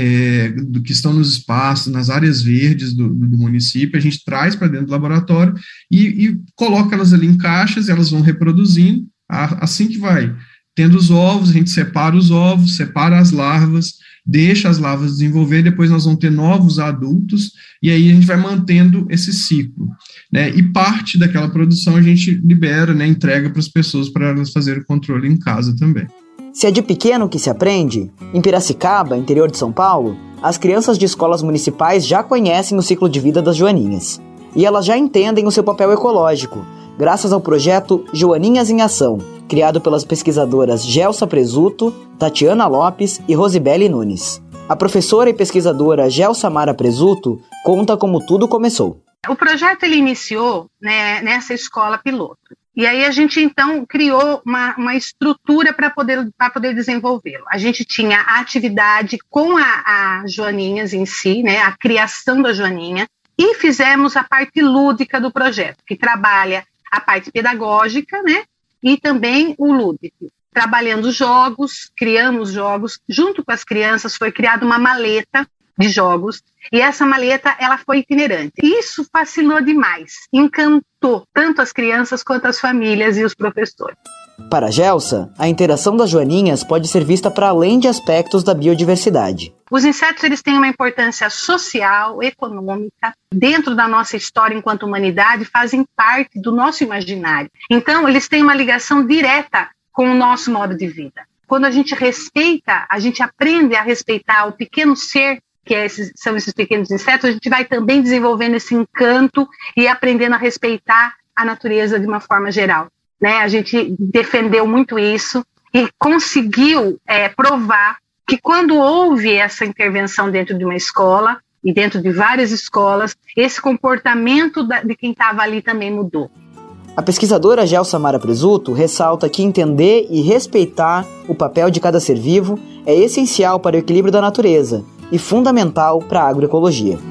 que estão nos espaços, nas áreas verdes do município, a gente traz para dentro do laboratório e coloca elas ali em caixas, elas vão reproduzindo, assim que vai tendo os ovos, a gente separa os ovos, separa as larvas, deixa as larvas desenvolver, depois nós vamos ter novos adultos, e aí a gente vai mantendo esse ciclo, né? E parte daquela produção a gente libera, né, entrega para as pessoas para elas fazerem o controle em casa também. Se é de pequeno que se aprende, em Piracicaba, interior de São Paulo, as crianças de escolas municipais já conhecem o ciclo de vida das joaninhas. E elas já entendem o seu papel ecológico, graças ao projeto Joaninhas em Ação, criado pelas pesquisadoras Gelsa Presuto, Tatiana Lopes e Rosibele Nunes. A professora e pesquisadora Gelsa Mara Presuto conta como tudo começou. O projeto ele iniciou, né, nessa escola piloto. E aí a gente então criou uma estrutura para poder desenvolvê-lo. A gente tinha a atividade com a joaninhas em si, né, a criação da joaninha, e fizemos a parte lúdica do projeto, que trabalha a parte pedagógica, né, e também o lúdico. Trabalhando jogos, criamos jogos, junto com as crianças foi criada uma maleta de jogos, e essa maleta ela foi itinerante. Isso fascinou demais, encantou tanto as crianças quanto as famílias e os professores. Para a Gelsa, a interação das joaninhas pode ser vista para além de aspectos da biodiversidade. Os insetos eles têm uma importância social, econômica, dentro da nossa história enquanto humanidade, fazem parte do nosso imaginário. Então, eles têm uma ligação direta com o nosso modo de vida. Quando a gente respeita, a gente aprende a respeitar o pequeno ser, que são esses pequenos insetos, a gente vai também desenvolvendo esse encanto e aprendendo a respeitar a natureza de uma forma geral. Né? A gente defendeu muito isso e conseguiu provar que quando houve essa intervenção dentro de uma escola e dentro de várias escolas, esse comportamento de quem estava ali também mudou. A pesquisadora Gelsa Mara Presuto ressalta que entender e respeitar o papel de cada ser vivo é essencial para o equilíbrio da natureza e fundamental para a agroecologia.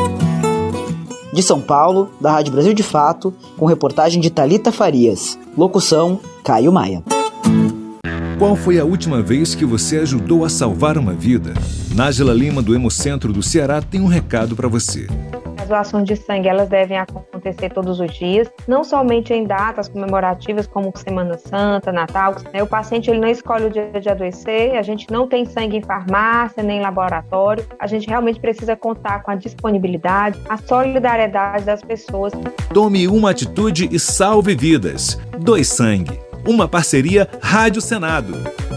De São Paulo, da Rádio Brasil de Fato, com reportagem de Thalita Farias. Locução, Caio Maia. Qual foi a última vez que você ajudou a salvar uma vida? Nájila Lima, do Hemocentro do Ceará, tem um recado para você. As doações de sangue, elas devem acontecer todos os dias, não somente em datas comemorativas como Semana Santa, Natal. O paciente ele não escolhe o dia de adoecer, a gente não tem sangue em farmácia, nem em laboratório. A gente realmente precisa contar com a disponibilidade, a solidariedade das pessoas. Tome uma atitude e salve vidas. Doe sangue. Uma parceria Rádio Senado.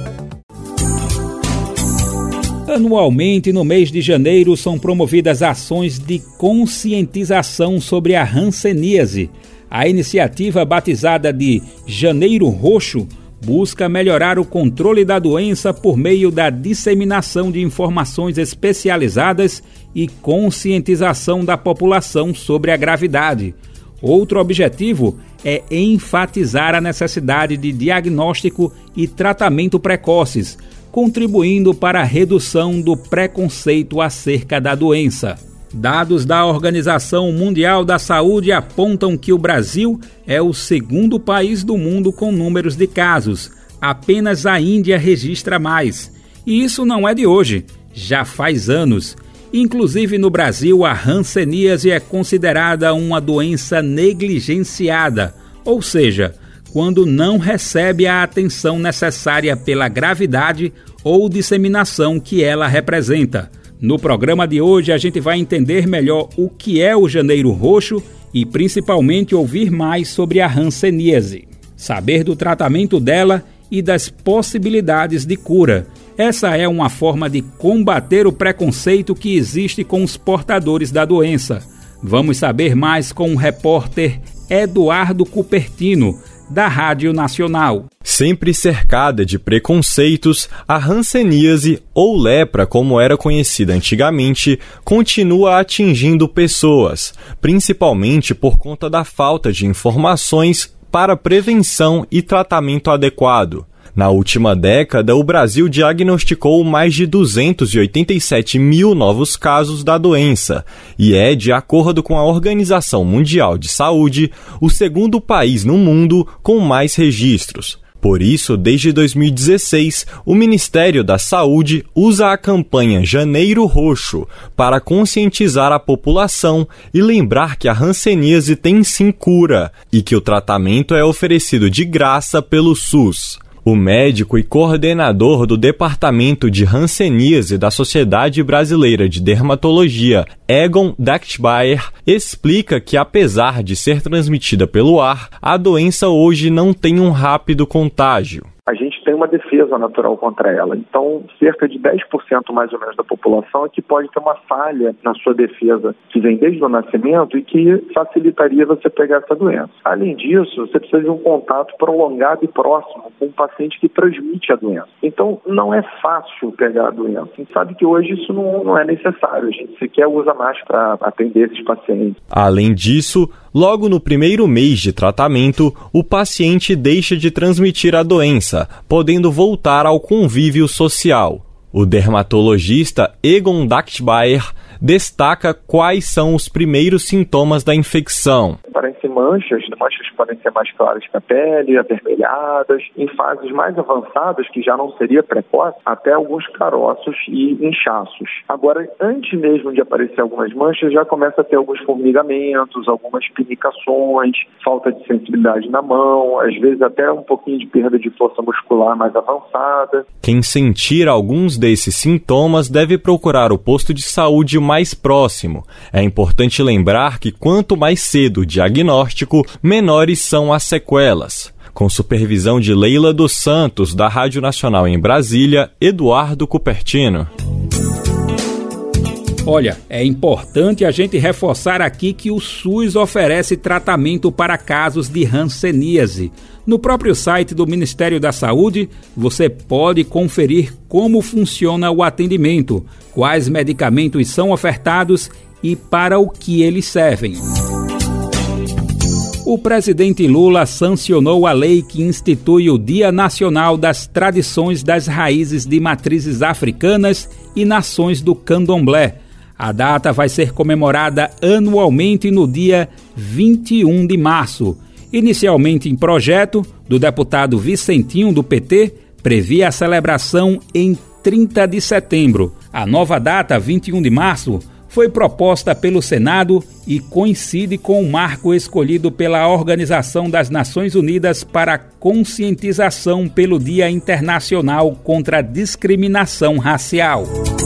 Anualmente, no mês de janeiro, são promovidas ações de conscientização sobre a hanseníase. A iniciativa, batizada de Janeiro Roxo, busca melhorar o controle da doença por meio da disseminação de informações especializadas e conscientização da população sobre a gravidade. Outro objetivo é enfatizar a necessidade de diagnóstico e tratamento precoces, contribuindo para a redução do preconceito acerca da doença. Dados da Organização Mundial da Saúde apontam que o Brasil é o segundo país do mundo com números de casos. Apenas a Índia registra mais. E isso não é de hoje, já faz anos. Inclusive no Brasil, a hanseníase é considerada uma doença negligenciada, ou seja, quando não recebe a atenção necessária pela gravidade ou disseminação que ela representa. No programa de hoje, a gente vai entender melhor o que é o Janeiro Roxo e principalmente ouvir mais sobre a hanseníase, saber do tratamento dela e das possibilidades de cura. Essa é uma forma de combater o preconceito que existe com os portadores da doença. Vamos saber mais com o repórter Eduardo Cupertino, da Rádio Nacional. Sempre cercada de preconceitos, a hanseníase, ou lepra como era conhecida antigamente, continua atingindo pessoas, principalmente por conta da falta de informações para prevenção e tratamento adequado. Na última década, o Brasil diagnosticou mais de 287 mil novos casos da doença e é, de acordo com a Organização Mundial de Saúde, o segundo país no mundo com mais registros. Por isso, desde 2016, o Ministério da Saúde usa a campanha Janeiro Roxo para conscientizar a população e lembrar que a hanseníase tem sim cura e que o tratamento é oferecido de graça pelo SUS. O médico e coordenador do Departamento de Hanseníase da Sociedade Brasileira de Dermatologia, Egon Dachtbaer, explica que, apesar de ser transmitida pelo ar, a doença hoje não tem um rápido contágio. A gente tem uma defesa natural contra ela. Então, cerca de 10% mais ou menos da população é que pode ter uma falha na sua defesa, que vem desde o nascimento e que facilitaria você pegar essa doença. Além disso, você precisa de um contato prolongado e próximo com um paciente que transmite a doença. Então, não é fácil pegar a doença. A gente sabe que hoje isso não é necessário. A gente sequer usa máscara para atender esses pacientes. Além disso, logo no primeiro mês de tratamento, o paciente deixa de transmitir a doença, podendo voltar ao convívio social. O dermatologista Egon Dachtbaer destaca quais são os primeiros sintomas da infecção. Parecem manchas que podem ser mais claras que a pele, avermelhadas, em fases mais avançadas, que já não seria precoce, até alguns caroços e inchaços. Agora, antes mesmo de aparecer algumas manchas, já começa a ter alguns formigamentos, algumas pinicações, falta de sensibilidade na mão, às vezes até um pouquinho de perda de força muscular mais avançada. Quem sentir alguns desses sintomas deve procurar o posto de saúde mais próximo. É importante lembrar que quanto mais cedo o diagnóstico, menores são as sequelas. Com supervisão de Leila dos Santos, da Rádio Nacional em Brasília, Eduardo Cupertino. Olha, é importante a gente reforçar aqui que o SUS oferece tratamento para casos de hanseníase. No próprio site do Ministério da Saúde, você pode conferir como funciona o atendimento, quais medicamentos são ofertados e para o que eles servem. O presidente Lula sancionou a lei que institui o Dia Nacional das Tradições das Raízes de Matrizes Africanas e Nações do Candomblé. A data vai ser comemorada anualmente no dia 21 de março. Inicialmente em projeto do deputado Vicentinho do PT, previa a celebração em 30 de setembro. A nova data, 21 de março, foi proposta pelo Senado e coincide com o marco escolhido pela Organização das Nações Unidas para a conscientização pelo Dia Internacional contra a Discriminação Racial.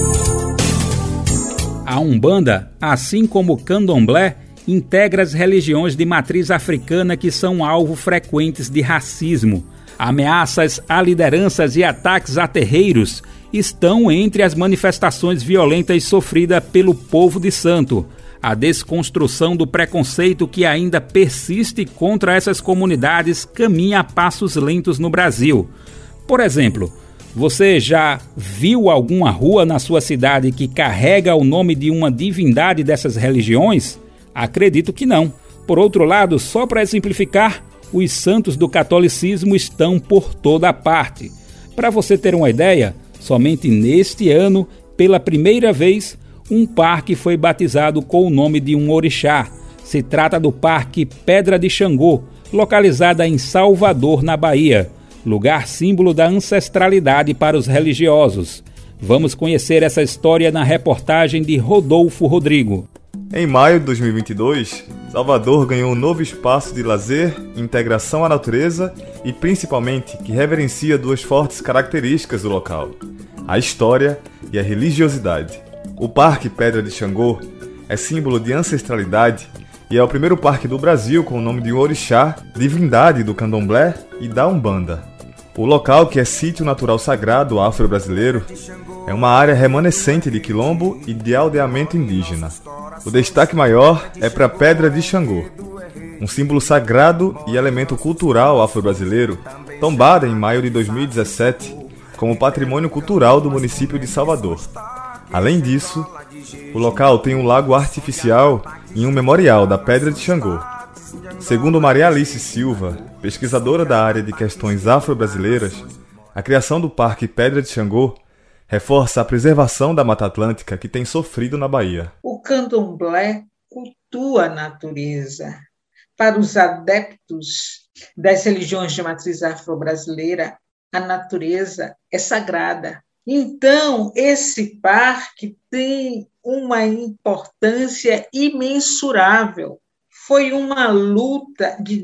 A Umbanda, assim como o Candomblé, integra as religiões de matriz africana que são alvo frequentes de racismo. Ameaças a lideranças e ataques a terreiros estão entre as manifestações violentas sofridas pelo povo de santo. A desconstrução do preconceito que ainda persiste contra essas comunidades caminha a passos lentos no Brasil. Por exemplo, você já viu alguma rua na sua cidade que carrega o nome de uma divindade dessas religiões? Acredito que não. Por outro lado, só para exemplificar, os santos do catolicismo estão por toda parte. Para você ter uma ideia, somente neste ano, pela primeira vez, um parque foi batizado com o nome de um orixá. Se trata do Parque Pedra de Xangô, localizada em Salvador, na Bahia, lugar símbolo da ancestralidade para os religiosos. Vamos conhecer essa história na reportagem de Rodolfo Rodrigo. Em maio de 2022, Salvador ganhou um novo espaço de lazer, integração à natureza e, principalmente, que reverencia duas fortes características do local: a história e a religiosidade. O Parque Pedra de Xangô é símbolo de ancestralidade e é o primeiro parque do Brasil com o nome de um orixá, divindade do Candomblé e da Umbanda. O local, que é sítio natural sagrado afro-brasileiro, é uma área remanescente de quilombo e de aldeamento indígena. O destaque maior é para a Pedra de Xangô, um símbolo sagrado e elemento cultural afro-brasileiro, tombada em maio de 2017 como patrimônio cultural do município de Salvador. Além disso, o local tem um lago artificial e um memorial da Pedra de Xangô. Segundo Maria Alice Silva, pesquisadora da área de questões afro-brasileiras, a criação do Parque Pedra de Xangô reforça a preservação da Mata Atlântica que tem sofrido na Bahia. O candomblé cultua a natureza. Para os adeptos das religiões de matriz afro-brasileira, a natureza é sagrada. Então, esse parque tem uma importância imensurável. Foi uma luta de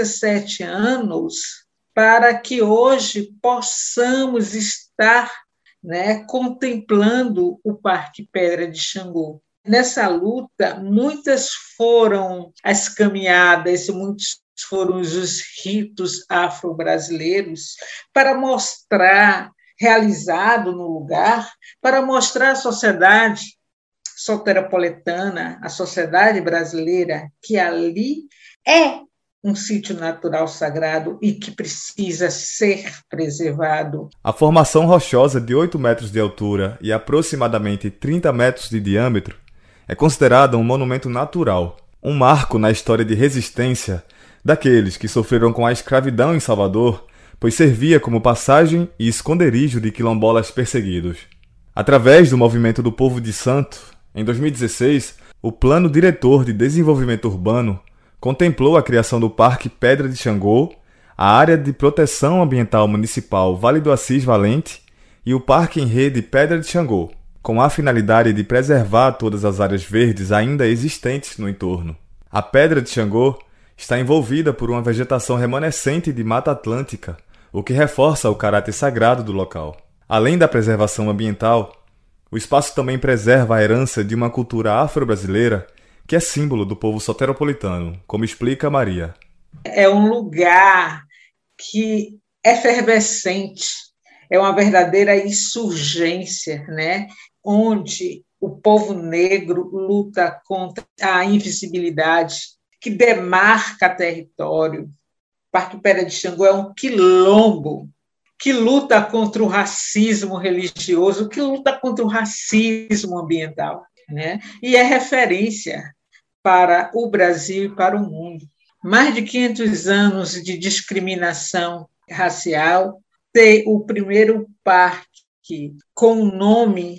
17 anos para que hoje possamos estar contemplando o Parque Pedra de Xangô. Nessa luta, muitas foram as caminhadas, muitos foram os ritos afro-brasileiros para mostrar, realizado no lugar, para mostrar à sociedade soteropolitana, a sociedade brasileira, que ali é um sítio natural sagrado e que precisa ser preservado. A formação rochosa de 8 metros de altura e aproximadamente 30 metros de diâmetro é considerada um monumento natural, um marco na história de resistência daqueles que sofreram com a escravidão em Salvador, pois servia como passagem e esconderijo de quilombolas perseguidos. Através do Movimento do Povo de Santo, em 2016, o Plano Diretor de Desenvolvimento Urbano contemplou a criação do Parque Pedra de Xangô, a Área de Proteção Ambiental Municipal Vale do Assis Valente e o Parque em Rede Pedra de Xangô, com a finalidade de preservar todas as áreas verdes ainda existentes no entorno. A Pedra de Xangô está envolvida por uma vegetação remanescente de Mata Atlântica, o que reforça o caráter sagrado do local. Além da preservação ambiental, o espaço também preserva a herança de uma cultura afro-brasileira que é símbolo do povo soteropolitano, como explica Maria. É um lugar que é efervescente, é uma verdadeira insurgência, onde o povo negro luta contra a invisibilidade que demarca território. O Parque Pedra de Xangô é um quilombo que luta contra o racismo religioso, que luta contra o racismo ambiental, e é referência para o Brasil e para o mundo. Mais de 500 anos de discriminação racial, ter o primeiro parque com o nome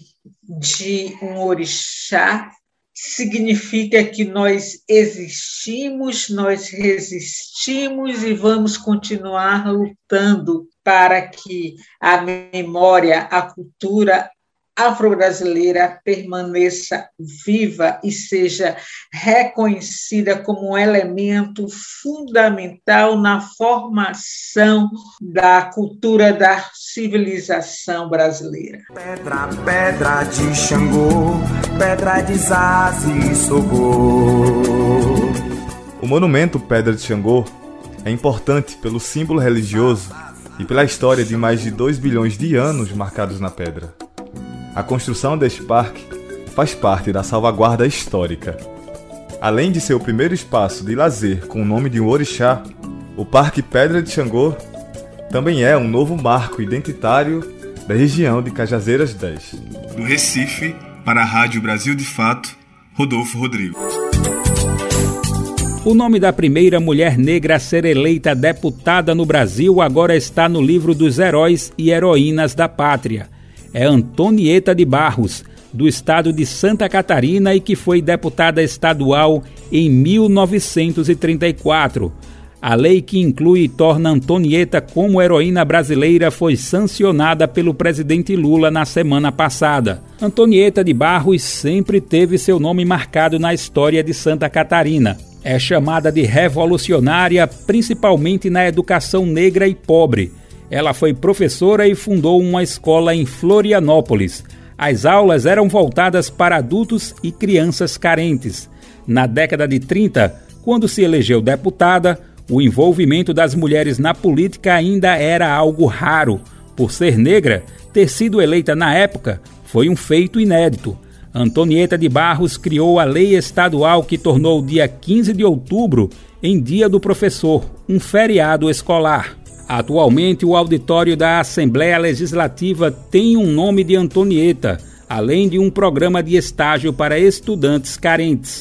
de um orixá significa que nós existimos, nós resistimos e vamos continuar lutando para que a memória, a cultura afro-brasileira permaneça viva e seja reconhecida como um elemento fundamental na formação da cultura da civilização brasileira. Pedra, pedra de Xangô, pedra de Zazi e Sogô. O monumento Pedra de Xangô é importante pelo símbolo religioso e pela história de mais de 2 bilhões de anos marcados na pedra. A construção deste parque faz parte da salvaguarda histórica. Além de ser o primeiro espaço de lazer com o nome de um orixá, o Parque Pedra de Xangô também é um novo marco identitário da região de Cajazeiras 10. Do Recife, para a Rádio Brasil de Fato, Rodolfo Rodrigo. O nome da primeira mulher negra a ser eleita deputada no Brasil agora está no livro dos heróis e heroínas da pátria. É Antonieta de Barros, do estado de Santa Catarina e que foi deputada estadual em 1934. A lei que inclui e torna Antonieta como heroína brasileira foi sancionada pelo presidente Lula na semana passada. Antonieta de Barros sempre teve seu nome marcado na história de Santa Catarina. É chamada de revolucionária, principalmente na educação negra e pobre. Ela foi professora e fundou uma escola em Florianópolis. As aulas eram voltadas para adultos e crianças carentes. Na década de 30, quando se elegeu deputada, o envolvimento das mulheres na política ainda era algo raro. Por ser negra, ter sido eleita na época foi um feito inédito. Antonieta de Barros criou a lei estadual que tornou o dia 15 de outubro em Dia do Professor, um feriado escolar. Atualmente, o auditório da Assembleia Legislativa tem um nome de Antonieta, além de um programa de estágio para estudantes carentes.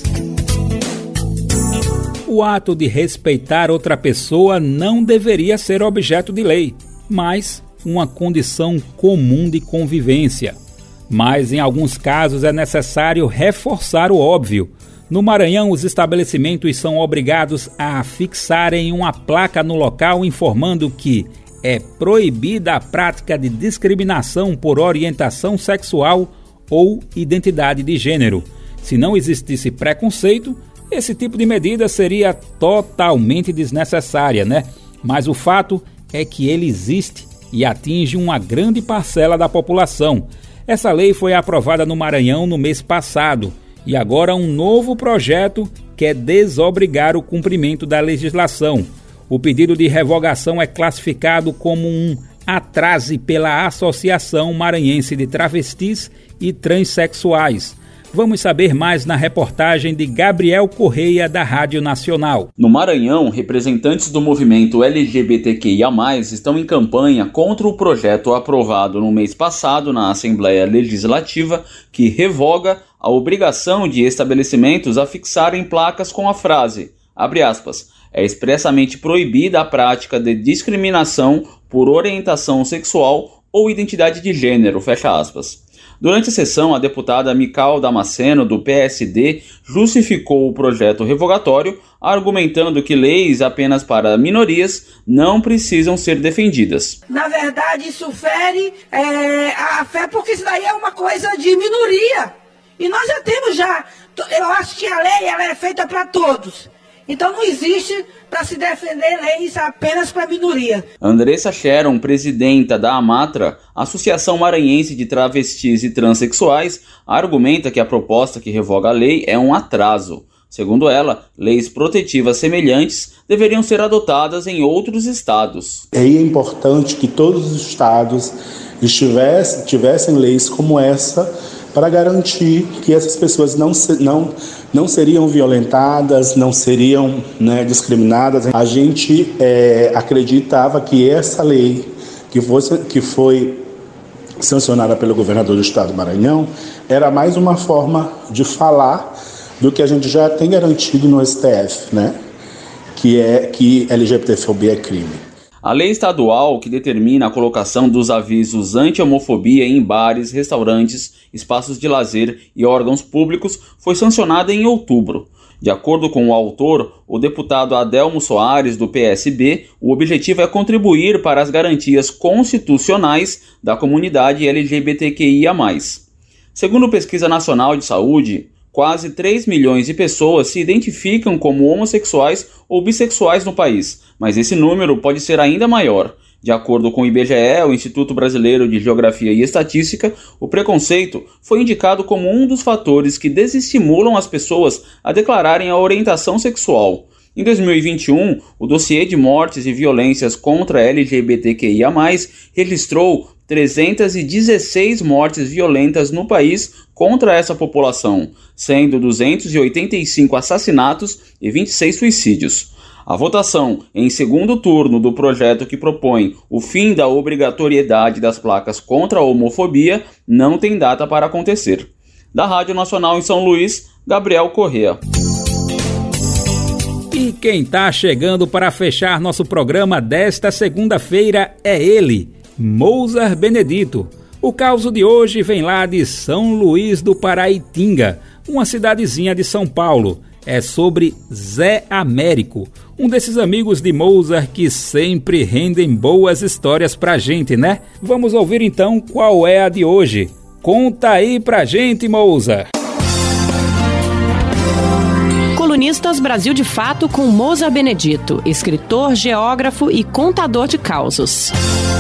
O ato de respeitar outra pessoa não deveria ser objeto de lei, mas uma condição comum de convivência. Mas, em alguns casos, é necessário reforçar o óbvio. No Maranhão, os estabelecimentos são obrigados a fixarem uma placa no local informando que é proibida a prática de discriminação por orientação sexual ou identidade de gênero. Se não existisse preconceito, esse tipo de medida seria totalmente desnecessária, né? Mas o fato é que ele existe e atinge uma grande parcela da população. Essa lei foi aprovada no Maranhão no mês passado. E agora um novo projeto quer desobrigar o cumprimento da legislação. O pedido de revogação é classificado como um atraso pela Associação Maranhense de Travestis e Transsexuais. Vamos saber mais na reportagem de Gabriel Correia, da Rádio Nacional. No Maranhão, representantes do movimento LGBTQIA+, estão em campanha contra o projeto aprovado no mês passado na Assembleia Legislativa que revoga a obrigação de estabelecimentos a fixarem placas com a frase, abre aspas, é expressamente proibida a prática de discriminação por orientação sexual ou identidade de gênero, fecha aspas. Durante a sessão, a deputada Mical Damasceno, do PSD, justificou o projeto revogatório, argumentando que leis apenas para minorias não precisam ser defendidas. Na verdade, isso fere a fé, porque isso daí é uma coisa de minoria. E nós já temos eu acho que a lei ela é feita para todos. Então não existe para se defender leis apenas para a minoria. Andressa Sharon, presidenta da AMATRA, Associação Maranhense de Travestis e Transsexuais, argumenta que a proposta que revoga a lei é um atraso. Segundo ela, leis protetivas semelhantes deveriam ser adotadas em outros estados. É importante que todos os estados tivessem leis como essa para garantir que essas pessoas não seriam violentadas, não seriam discriminadas. A gente acreditava que essa lei que foi sancionada pelo governador do estado do Maranhão era mais uma forma de falar do que a gente já tem garantido no STF, que LGBTfobia é crime. A lei estadual que determina a colocação dos avisos anti-homofobia em bares, restaurantes, espaços de lazer e órgãos públicos foi sancionada em outubro. De acordo com o autor, o deputado Adelmo Soares, do PSB, o objetivo é contribuir para as garantias constitucionais da comunidade LGBTQIA+. Segundo Pesquisa Nacional de Saúde, quase 3 milhões de pessoas se identificam como homossexuais ou bissexuais no país, mas esse número pode ser ainda maior. De acordo com o IBGE, o Instituto Brasileiro de Geografia e Estatística, o preconceito foi indicado como um dos fatores que desestimulam as pessoas a declararem a orientação sexual. Em 2021, o dossiê de mortes e violências contra LGBTQIA+, registrou 316 mortes violentas no país contra essa população, sendo 285 assassinatos e 26 suicídios. A votação em segundo turno do projeto que propõe o fim da obrigatoriedade das placas contra a homofobia não tem data para acontecer. Da Rádio Nacional em São Luís, Gabriel Corrêa. E quem está chegando para fechar nosso programa desta segunda-feira é ele, Moser Benedito. O caos de hoje vem lá de São Luís do Paraitinga, uma cidadezinha de São Paulo. É sobre Zé Américo, um desses amigos de Moser que sempre rendem boas histórias pra gente, né? Vamos ouvir então qual é a de hoje. Conta aí pra gente, Moser. Colunistas Brasil de Fato com Moser Benedito, escritor, geógrafo e contador de causos.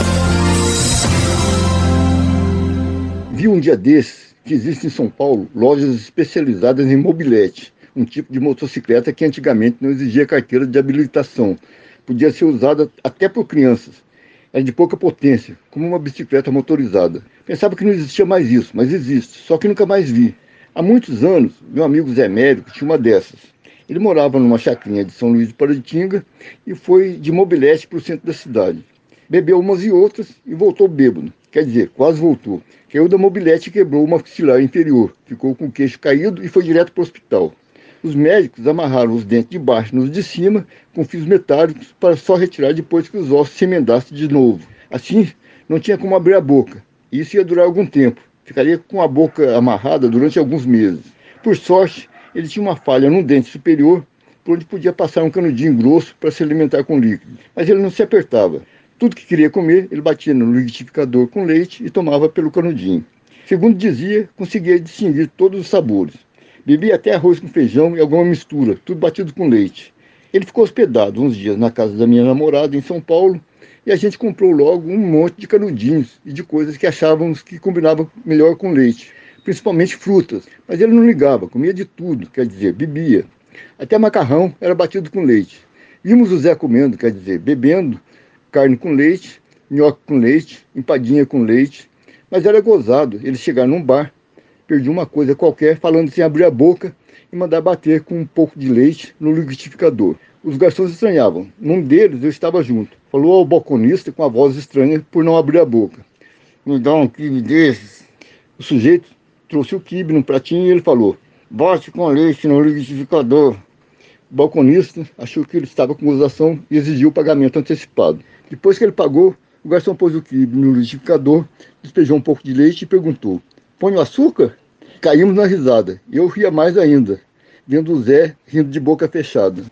Vi um dia desses que existe em São Paulo lojas especializadas em mobilete, um tipo de motocicleta que antigamente não exigia carteira de habilitação. Podia ser usada até por crianças. Era de pouca potência, como uma bicicleta motorizada. Pensava que não existia mais isso, mas existe, só que nunca mais vi. Há muitos anos, meu amigo Zé Américo tinha uma dessas. Ele morava numa chacrinha de São Luís do Paraitinga e foi de mobilete para o centro da cidade. Bebeu umas e outras e voltou bêbado. Quer dizer, quase voltou. Caiu da mobilete e quebrou o maxilar inferior. Ficou com o queixo caído e foi direto para o hospital. Os médicos amarraram os dentes de baixo nos de cima com fios metálicos para só retirar depois que os ossos se emendassem de novo. Assim, não tinha como abrir a boca. Isso ia durar algum tempo. Ficaria com a boca amarrada durante alguns meses. Por sorte, ele tinha uma falha no dente superior, por onde podia passar um canudinho grosso para se alimentar com líquido. Mas ele não se apertava. Tudo que queria comer, ele batia no liquidificador com leite e tomava pelo canudinho. Segundo dizia, conseguia distinguir todos os sabores. Bebia até arroz com feijão e alguma mistura, tudo batido com leite. Ele ficou hospedado uns dias na casa da minha namorada, em São Paulo, e a gente comprou logo um monte de canudinhos e de coisas que achávamos que combinavam melhor com leite, principalmente frutas. Mas ele não ligava, comia de tudo, quer dizer, bebia. Até macarrão era batido com leite. Vimos o Zé comendo, quer dizer, bebendo, carne com leite, nhoque com leite, empadinha com leite. Mas era gozado ele chegar num bar, perdi uma coisa qualquer, falando sem abrir a boca e mandar bater com um pouco de leite no liquidificador. Os garçons estranhavam. Num deles eu estava junto. Falou ao balconista com a voz estranha por não abrir a boca. Me dá um quibe desses. O sujeito trouxe o quibe num pratinho e ele falou: bate com leite no liquidificador. O balconista achou que ele estava com gozação e exigiu o pagamento antecipado. Depois que ele pagou, o garçom pôs o quibe no liquidificador, despejou um pouco de leite e perguntou: põe o açúcar? Caímos na risada. Eu ria mais ainda, vendo o Zé rindo de boca fechada.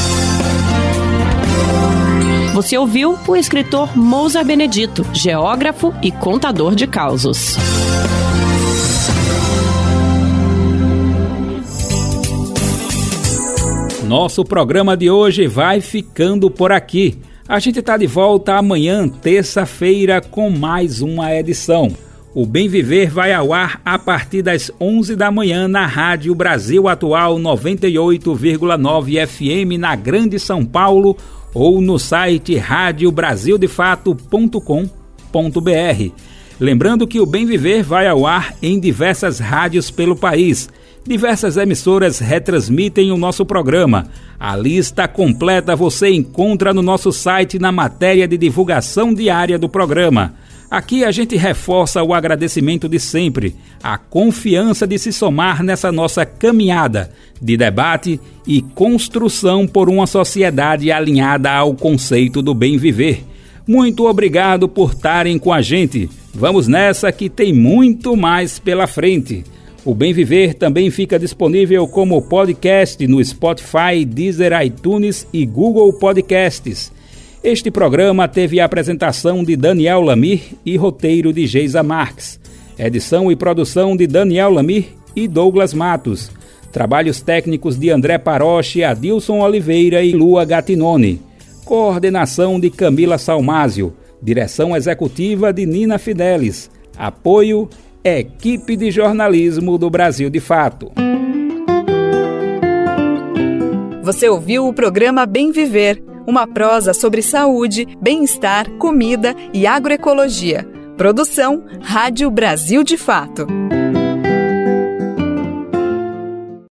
Você ouviu o escritor Moser Benedito, geógrafo e contador de causos. Nosso programa de hoje vai ficando por aqui. A gente está de volta amanhã, terça-feira, com mais uma edição. O Bem Viver vai ao ar a partir das 11 da manhã na Rádio Brasil Atual 98,9 FM na Grande São Paulo ou no site radiobrasildefato.com.br. Lembrando que o Bem Viver vai ao ar em diversas rádios pelo país. Diversas emissoras retransmitem o nosso programa. A lista completa você encontra no nosso site na matéria de divulgação diária do programa. Aqui a gente reforça o agradecimento de sempre, a confiança de se somar nessa nossa caminhada de debate e construção por uma sociedade alinhada ao conceito do bem viver. Muito obrigado por estarem com a gente. Vamos nessa que tem muito mais pela frente. O Bem Viver também fica disponível como podcast no Spotify, Deezer, iTunes e Google Podcasts. Este programa teve a apresentação de Daniel Lamir e roteiro de Geisa Marques. Edição e produção de Daniel Lamir e Douglas Matos. Trabalhos técnicos de André Paroche, Adilson Oliveira e Lua Gattinone. Coordenação de Camila Salmásio. Direção executiva de Nina Fidelis. Apoio, Equipe de Jornalismo do Brasil de Fato. Você ouviu o programa Bem Viver, uma prosa sobre saúde, bem-estar, comida e agroecologia. Produção Rádio Brasil de Fato.